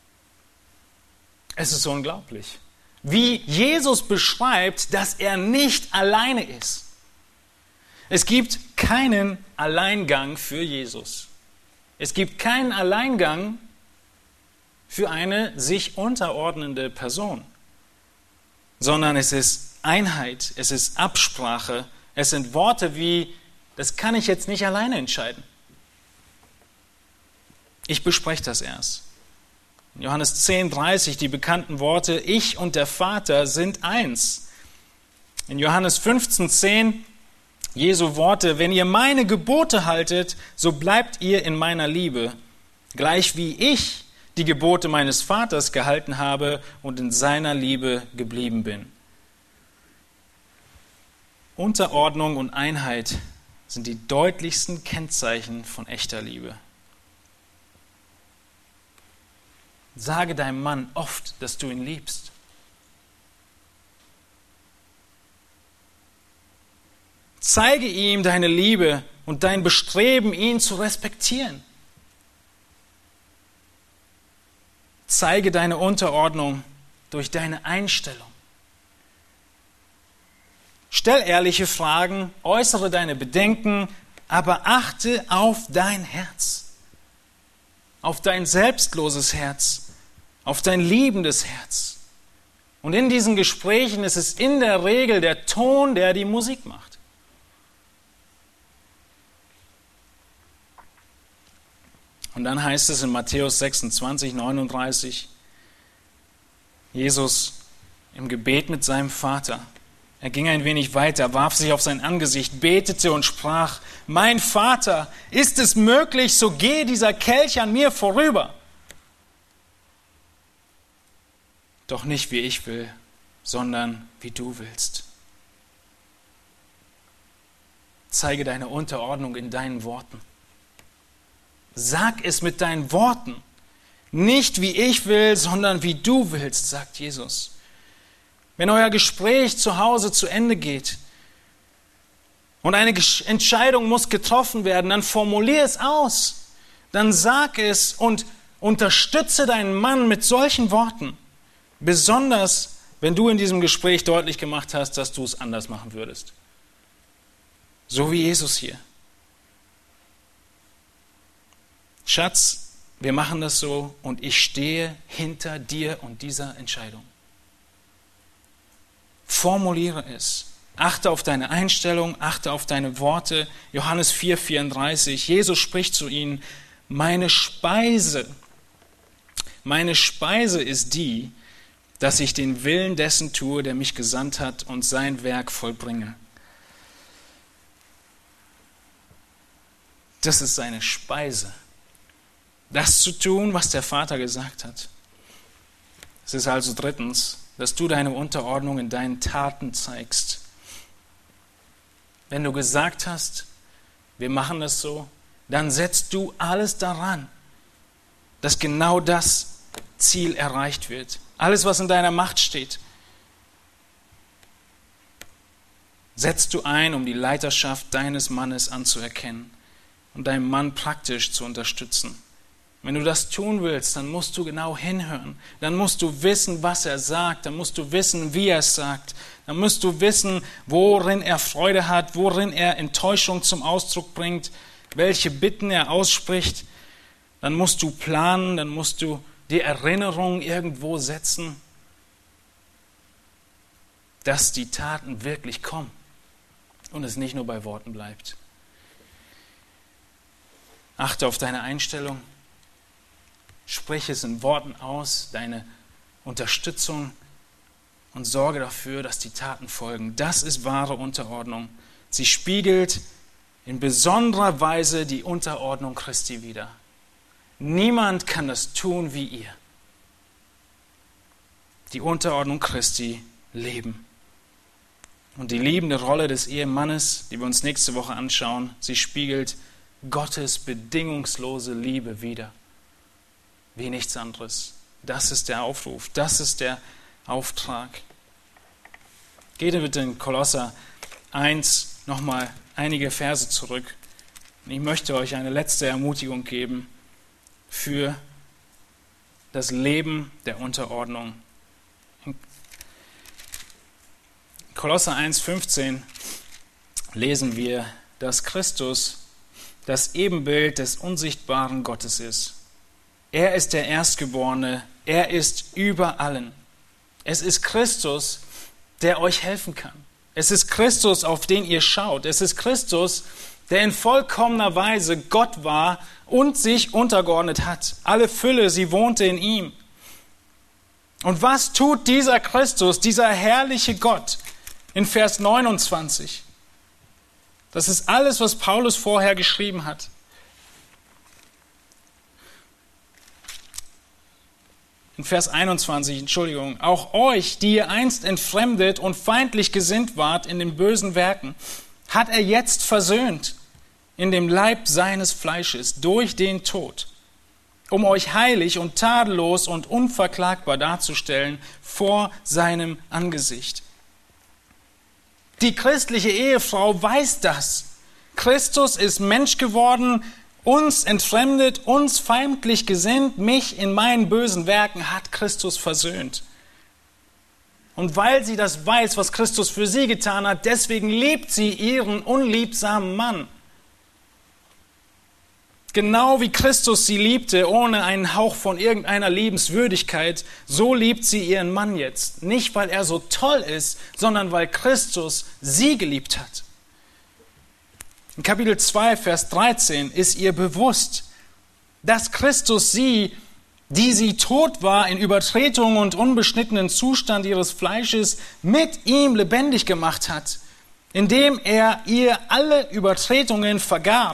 Es ist unglaublich, wie Jesus beschreibt, dass er nicht alleine ist. Es gibt keinen Alleingang für Jesus. Es gibt keinen Alleingang für eine sich unterordnende Person, sondern es ist Einheit, es ist Absprache, es sind Worte wie, das kann ich jetzt nicht alleine entscheiden. Ich bespreche das erst. In Johannes 10,30 die bekannten Worte, ich und der Vater sind eins. In Johannes 15,10 Jesu Worte, wenn ihr meine Gebote haltet, so bleibt ihr in meiner Liebe, gleich wie ich die Gebote meines Vaters gehalten habe und in seiner Liebe geblieben bin. Unterordnung und Einheit sind die deutlichsten Kennzeichen von echter Liebe. Sage deinem Mann oft, dass du ihn liebst. Zeige ihm deine Liebe und dein Bestreben, ihn zu respektieren. Zeige deine Unterordnung durch deine Einstellung. Stell ehrliche Fragen, äußere deine Bedenken, aber achte auf dein Herz. Auf dein selbstloses Herz, auf dein liebendes Herz. Und in diesen Gesprächen ist es in der Regel der Ton, der die Musik macht. Und dann heißt es in Matthäus 26, 39, Jesus im Gebet mit seinem Vater. Er ging ein wenig weiter, warf sich auf sein Angesicht, betete und sprach: Mein Vater, ist es möglich, so gehe dieser Kelch an mir vorüber. Doch nicht wie ich will, sondern wie du willst. Zeige deine Unterordnung in deinen Worten. Sag es mit deinen Worten. Nicht wie ich will, sondern wie du willst, sagt Jesus. Wenn euer Gespräch zu Hause zu Ende geht und eine Entscheidung muss getroffen werden, dann formulier es aus. Dann sag es und unterstütze deinen Mann mit solchen Worten. Besonders, wenn du in diesem Gespräch deutlich gemacht hast, dass du es anders machen würdest. So wie Jesus hier. Schatz, wir machen das so und ich stehe hinter dir und dieser Entscheidung. Formuliere es. Achte auf deine Einstellung, achte auf deine Worte. Johannes 4,34. Jesus spricht zu ihnen: Meine Speise ist die, dass ich den Willen dessen tue, der mich gesandt hat und sein Werk vollbringe. Das ist seine Speise. Das zu tun, was der Vater gesagt hat. Es ist also drittens, dass du deine Unterordnung in deinen Taten zeigst. Wenn du gesagt hast, wir machen das so, dann setzt du alles daran, dass genau das Ziel erreicht wird. Alles, was in deiner Macht steht, setzt du ein, um die Leiterschaft deines Mannes anzuerkennen und deinen Mann praktisch zu unterstützen. Wenn du das tun willst, dann musst du genau hinhören. Dann musst du wissen, was er sagt. Dann musst du wissen, wie er es sagt. Dann musst du wissen, worin er Freude hat, worin er Enttäuschung zum Ausdruck bringt, welche Bitten er ausspricht. Dann musst du planen, dann musst du die Erinnerung irgendwo setzen, dass die Taten wirklich kommen und es nicht nur bei Worten bleibt. Achte auf deine Einstellung. Sprich es in Worten aus, deine Unterstützung, und sorge dafür, dass die Taten folgen. Das ist wahre Unterordnung. Sie spiegelt in besonderer Weise die Unterordnung Christi wider. Niemand kann das tun wie ihr. Die Unterordnung Christi leben. Und die liebende Rolle des Ehemannes, die wir uns nächste Woche anschauen, sie spiegelt Gottes bedingungslose Liebe wider. Wie nichts anderes. Das ist der Aufruf, das ist der Auftrag. Geht bitte in Kolosser 1 nochmal einige Verse zurück. Ich möchte euch eine letzte Ermutigung geben für das Leben der Unterordnung. In Kolosser 1,15 lesen wir, dass Christus das Ebenbild des unsichtbaren Gottes ist. Er ist der Erstgeborene, er ist über allen. Es ist Christus, der euch helfen kann. Es ist Christus, auf den ihr schaut. Es ist Christus, der in vollkommener Weise Gott war und sich untergeordnet hat. Alle Fülle, sie wohnte in ihm. Und was tut dieser Christus, dieser herrliche Gott in Vers 29? Das ist alles, was Paulus vorher geschrieben hat. In Vers 21, auch euch, die ihr einst entfremdet und feindlich gesinnt wart in den bösen Werken, hat er jetzt versöhnt in dem Leib seines Fleisches durch den Tod, um euch heilig und tadellos und unverklagbar darzustellen vor seinem Angesicht. Die christliche Ehefrau weiß das. Christus ist Mensch geworden, uns entfremdet, uns feindlich gesinnt, mich in meinen bösen Werken hat Christus versöhnt. Und weil sie das weiß, was Christus für sie getan hat, deswegen liebt sie ihren unliebsamen Mann. Genau wie Christus sie liebte, ohne einen Hauch von irgendeiner Liebenswürdigkeit, so liebt sie ihren Mann jetzt. Nicht, weil er so toll ist, sondern weil Christus sie geliebt hat. In Kapitel 2, Vers 13 ist ihr bewusst, dass Christus sie, die sie tot war in Übertretung und unbeschnittenen Zustand ihres Fleisches, mit ihm lebendig gemacht hat, indem er ihr alle Übertretungen vergab.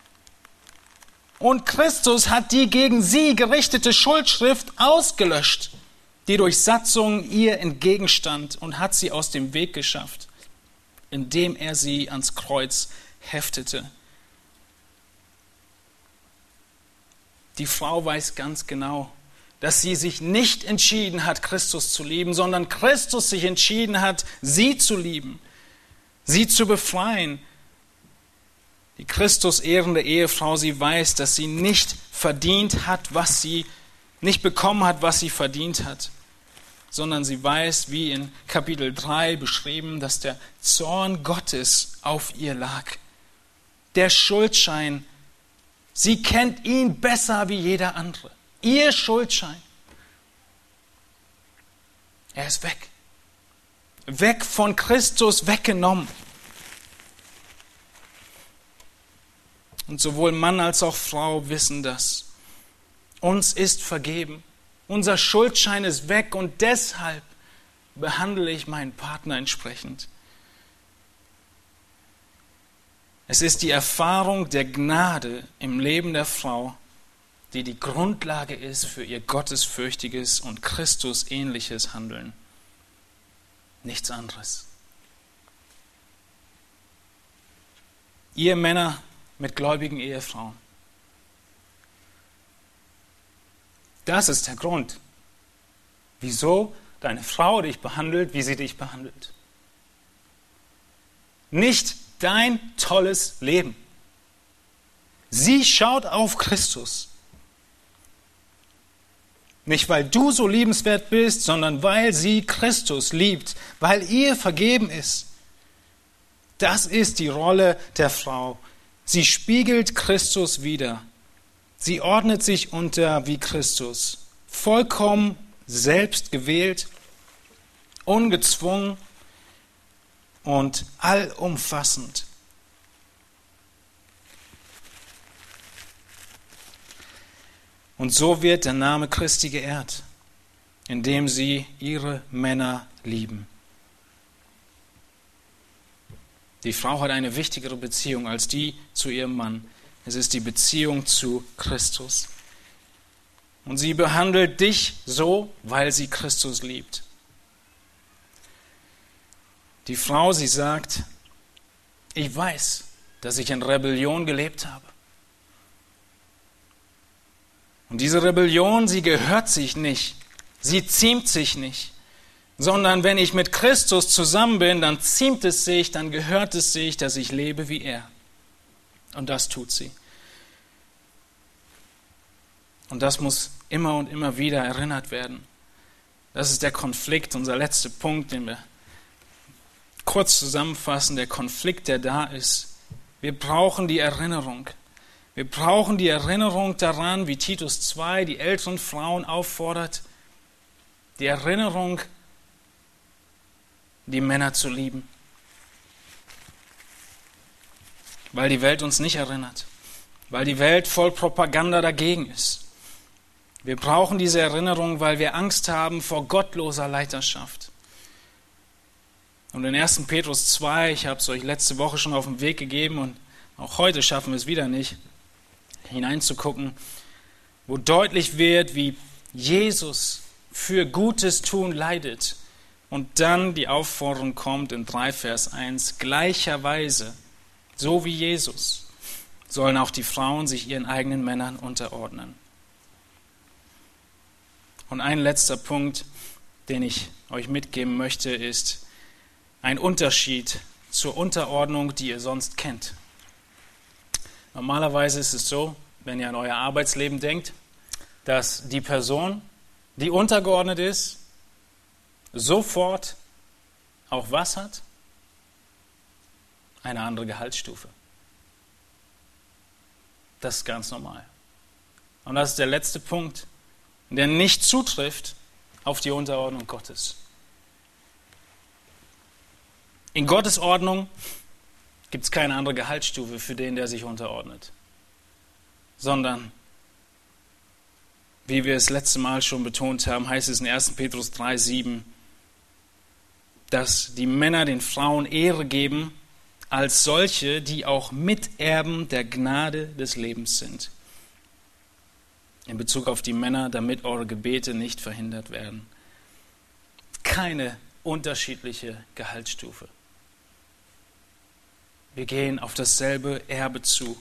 Und Christus hat die gegen sie gerichtete Schuldschrift ausgelöscht, die durch Satzung ihr entgegenstand, und hat sie aus dem Weg geschafft, indem er sie ans Kreuz heftete. Die Frau weiß ganz genau, dass sie sich nicht entschieden hat, Christus zu lieben, sondern Christus sich entschieden hat, sie zu lieben, sie zu befreien. Die Christus ehrende Ehefrau, sie weiß, dass sie nicht verdient hat, was sie nicht bekommen hat, was sie verdient hat, sondern sie weiß, wie in Kapitel 3 beschrieben, dass der Zorn Gottes auf ihr lag. Der Schuldschein, sie kennt ihn besser wie jeder andere. Ihr Schuldschein. Er ist weg. Weg von Christus, weggenommen. Und sowohl Mann als auch Frau wissen das. Uns ist vergeben. Unser Schuldschein ist weg und deshalb behandle ich meinen Partner entsprechend. Es ist die Erfahrung der Gnade im Leben der Frau, die die Grundlage ist für ihr gottesfürchtiges und Christusähnliches Handeln. Nichts anderes. Ihr Männer mit gläubigen Ehefrauen. Das ist der Grund, wieso deine Frau dich behandelt, wie sie dich behandelt. Nicht dein tolles Leben. Sie schaut auf Christus. Nicht, weil du so liebenswert bist, sondern weil sie Christus liebt, weil ihr vergeben ist. Das ist die Rolle der Frau. Sie spiegelt Christus wider. Sie ordnet sich unter wie Christus. Vollkommen selbst gewählt, ungezwungen und allumfassend. Und so wird der Name Christi geehrt, indem sie ihre Männer lieben. Die Frau hat eine wichtigere Beziehung als die zu ihrem Mann. Es ist die Beziehung zu Christus. Und sie behandelt dich so, weil sie Christus liebt. Die Frau, sie sagt, ich weiß, dass ich in Rebellion gelebt habe. Und diese Rebellion, sie gehört sich nicht, sie ziemt sich nicht, sondern wenn ich mit Christus zusammen bin, dann ziemt es sich, dann gehört es sich, dass ich lebe wie er. Und das tut sie. Und das muss immer und immer wieder erinnert werden. Das ist der Konflikt, unser letzter Punkt, den wir kurz zusammenfassen, der Konflikt, der da ist. Wir brauchen die Erinnerung. Wir brauchen die Erinnerung daran, wie Titus 2 die älteren Frauen auffordert, die Erinnerung, die Männer zu lieben. Weil die Welt uns nicht erinnert, weil die Welt voll Propaganda dagegen ist. Wir brauchen diese Erinnerung, weil wir Angst haben vor gottloser Leiterschaft. Und in 1. Petrus 2, ich habe es euch letzte Woche schon auf den Weg gegeben und auch heute schaffen wir es wieder nicht, hineinzugucken, wo deutlich wird, wie Jesus für Gutes tun leidet. Und dann die Aufforderung kommt in 3 Vers 1, gleicherweise, so wie Jesus, sollen auch die Frauen sich ihren eigenen Männern unterordnen. Und ein letzter Punkt, den ich euch mitgeben möchte, ist ein Unterschied zur Unterordnung, die ihr sonst kennt. Normalerweise ist es so, wenn ihr an euer Arbeitsleben denkt, dass die Person, die untergeordnet ist, sofort auch was hat? Eine andere Gehaltsstufe. Das ist ganz normal. Und das ist der letzte Punkt, der nicht zutrifft auf die Unterordnung Gottes. In Gottes Ordnung gibt es keine andere Gehaltsstufe für den, der sich unterordnet. Sondern, wie wir es letzte Mal schon betont haben, heißt es in 1. Petrus 3,7, dass die Männer den Frauen Ehre geben, als solche, die auch Miterben der Gnade des Lebens sind. In Bezug auf die Männer, damit eure Gebete nicht verhindert werden. Keine unterschiedliche Gehaltsstufe. Wir gehen auf dasselbe Erbe zu.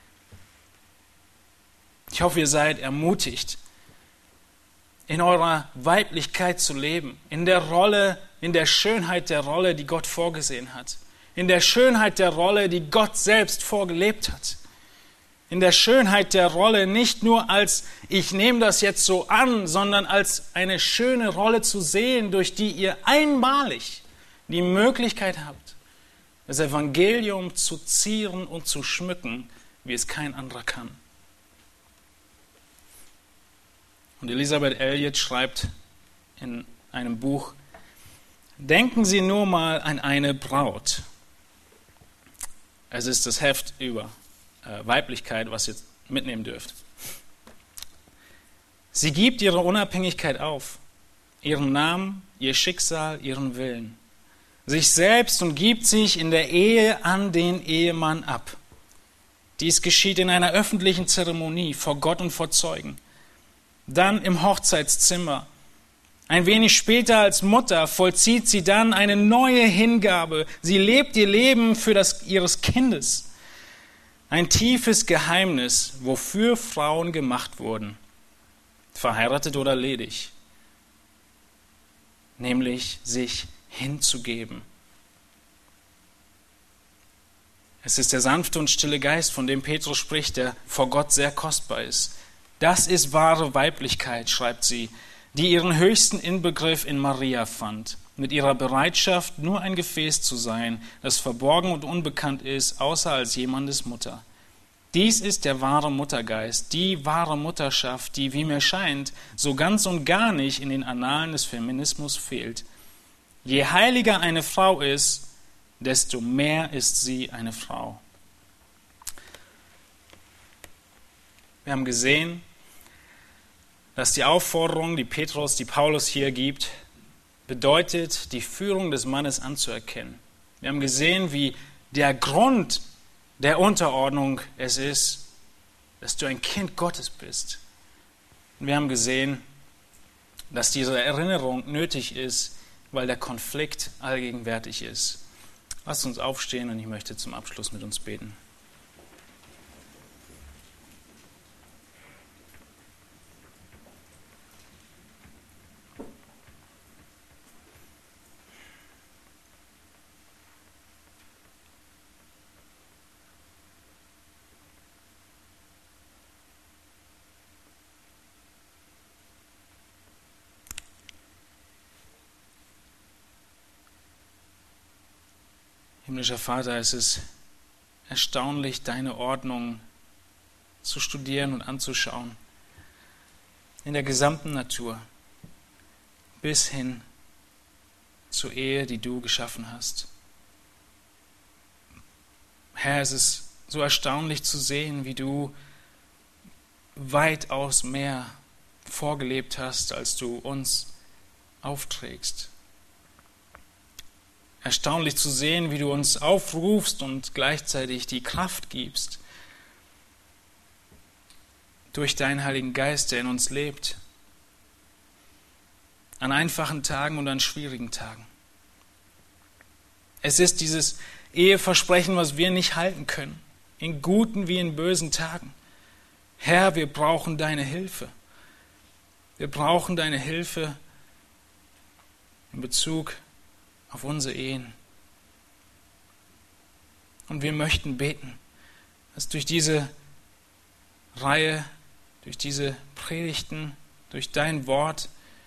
Ich hoffe, ihr seid ermutigt, in eurer Weiblichkeit zu leben, in der Rolle, in der Schönheit der Rolle, die Gott vorgesehen hat, in der Schönheit der Rolle, die Gott selbst vorgelebt hat, in der Schönheit der Rolle nicht nur als ich nehme das jetzt so an, sondern als eine schöne Rolle zu sehen, durch die ihr einmalig die Möglichkeit habt, das Evangelium zu zieren und zu schmücken, wie es kein anderer kann. Und Elisabeth Elliot schreibt in einem Buch, denken Sie nur mal an eine Braut. Es ist das Heft über Weiblichkeit, was ihr mitnehmen dürft. Sie gibt ihre Unabhängigkeit auf, ihren Namen, ihr Schicksal, ihren Willen, sich selbst und gibt sich in der Ehe an den Ehemann ab. Dies geschieht in einer öffentlichen Zeremonie vor Gott und vor Zeugen. Dann im Hochzeitszimmer. Ein wenig später als Mutter vollzieht sie dann eine neue Hingabe. Sie lebt ihr Leben für das ihres Kindes. Ein tiefes Geheimnis, wofür Frauen gemacht wurden, verheiratet oder ledig, nämlich sich hinzugeben. Es ist der sanfte und stille Geist, von dem Petrus spricht, der vor Gott sehr kostbar ist. Das ist wahre Weiblichkeit, schreibt sie, die ihren höchsten Inbegriff in Maria fand, mit ihrer Bereitschaft, nur ein Gefäß zu sein, das verborgen und unbekannt ist, außer als jemandes Mutter. Dies ist der wahre Muttergeist, die wahre Mutterschaft, die, wie mir scheint, so ganz und gar nicht in den Annalen des Feminismus fehlt. Je heiliger eine Frau ist, desto mehr ist sie eine Frau. Wir haben gesehen, dass die Aufforderung, die Petrus, die Paulus hier gibt, bedeutet, die Führung des Mannes anzuerkennen. Wir haben gesehen, wie der Grund der Unterordnung es ist, dass du ein Kind Gottes bist. Und wir haben gesehen, dass diese Erinnerung nötig ist, weil der Konflikt allgegenwärtig ist. Lasst uns aufstehen und ich möchte zum Abschluss mit uns beten. Himmlischer Vater, es ist erstaunlich, deine Ordnung zu studieren und anzuschauen. In der gesamten Natur, bis hin zur Ehe, die du geschaffen hast. Herr, es ist so erstaunlich zu sehen, wie du weitaus mehr vorgelebt hast, als du uns aufträgst. Erstaunlich zu sehen, wie du uns aufrufst und gleichzeitig die Kraft gibst durch deinen Heiligen Geist, der in uns lebt, an einfachen Tagen und an schwierigen Tagen. Es ist dieses Eheversprechen, was wir nicht halten können, in guten wie in bösen Tagen. Herr, wir brauchen deine Hilfe. Wir brauchen deine Hilfe in Bezug auf unsere Ehen. Und wir möchten beten, dass durch diese Reihe, durch diese Predigten, durch dein Wort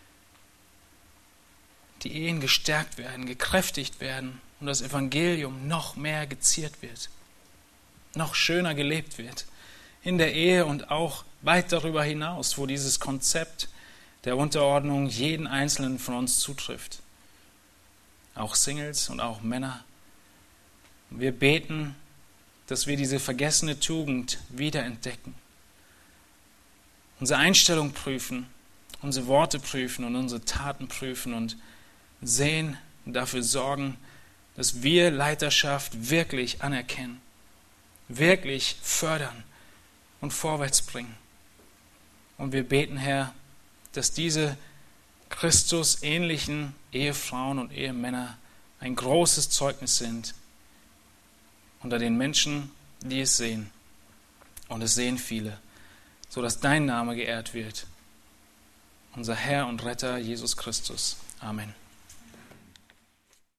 die Ehen gestärkt werden, gekräftigt werden und das Evangelium noch mehr geziert wird, noch schöner gelebt wird in der Ehe und auch weit darüber hinaus, wo dieses Konzept der Unterordnung jeden Einzelnen von uns zutrifft. Auch Singles und auch Männer. Wir beten, dass wir diese vergessene Tugend wiederentdecken. Unsere Einstellung prüfen, unsere Worte prüfen und unsere Taten prüfen und sehen und dafür sorgen, dass wir Leiterschaft wirklich anerkennen, wirklich fördern und vorwärts bringen. Und wir beten, Herr, dass diese Christus-ähnlichen Ehefrauen und Ehemänner ein großes Zeugnis sind unter den Menschen, die es sehen. Und es sehen viele, sodass dein Name geehrt wird. Unser Herr und Retter Jesus Christus. Amen.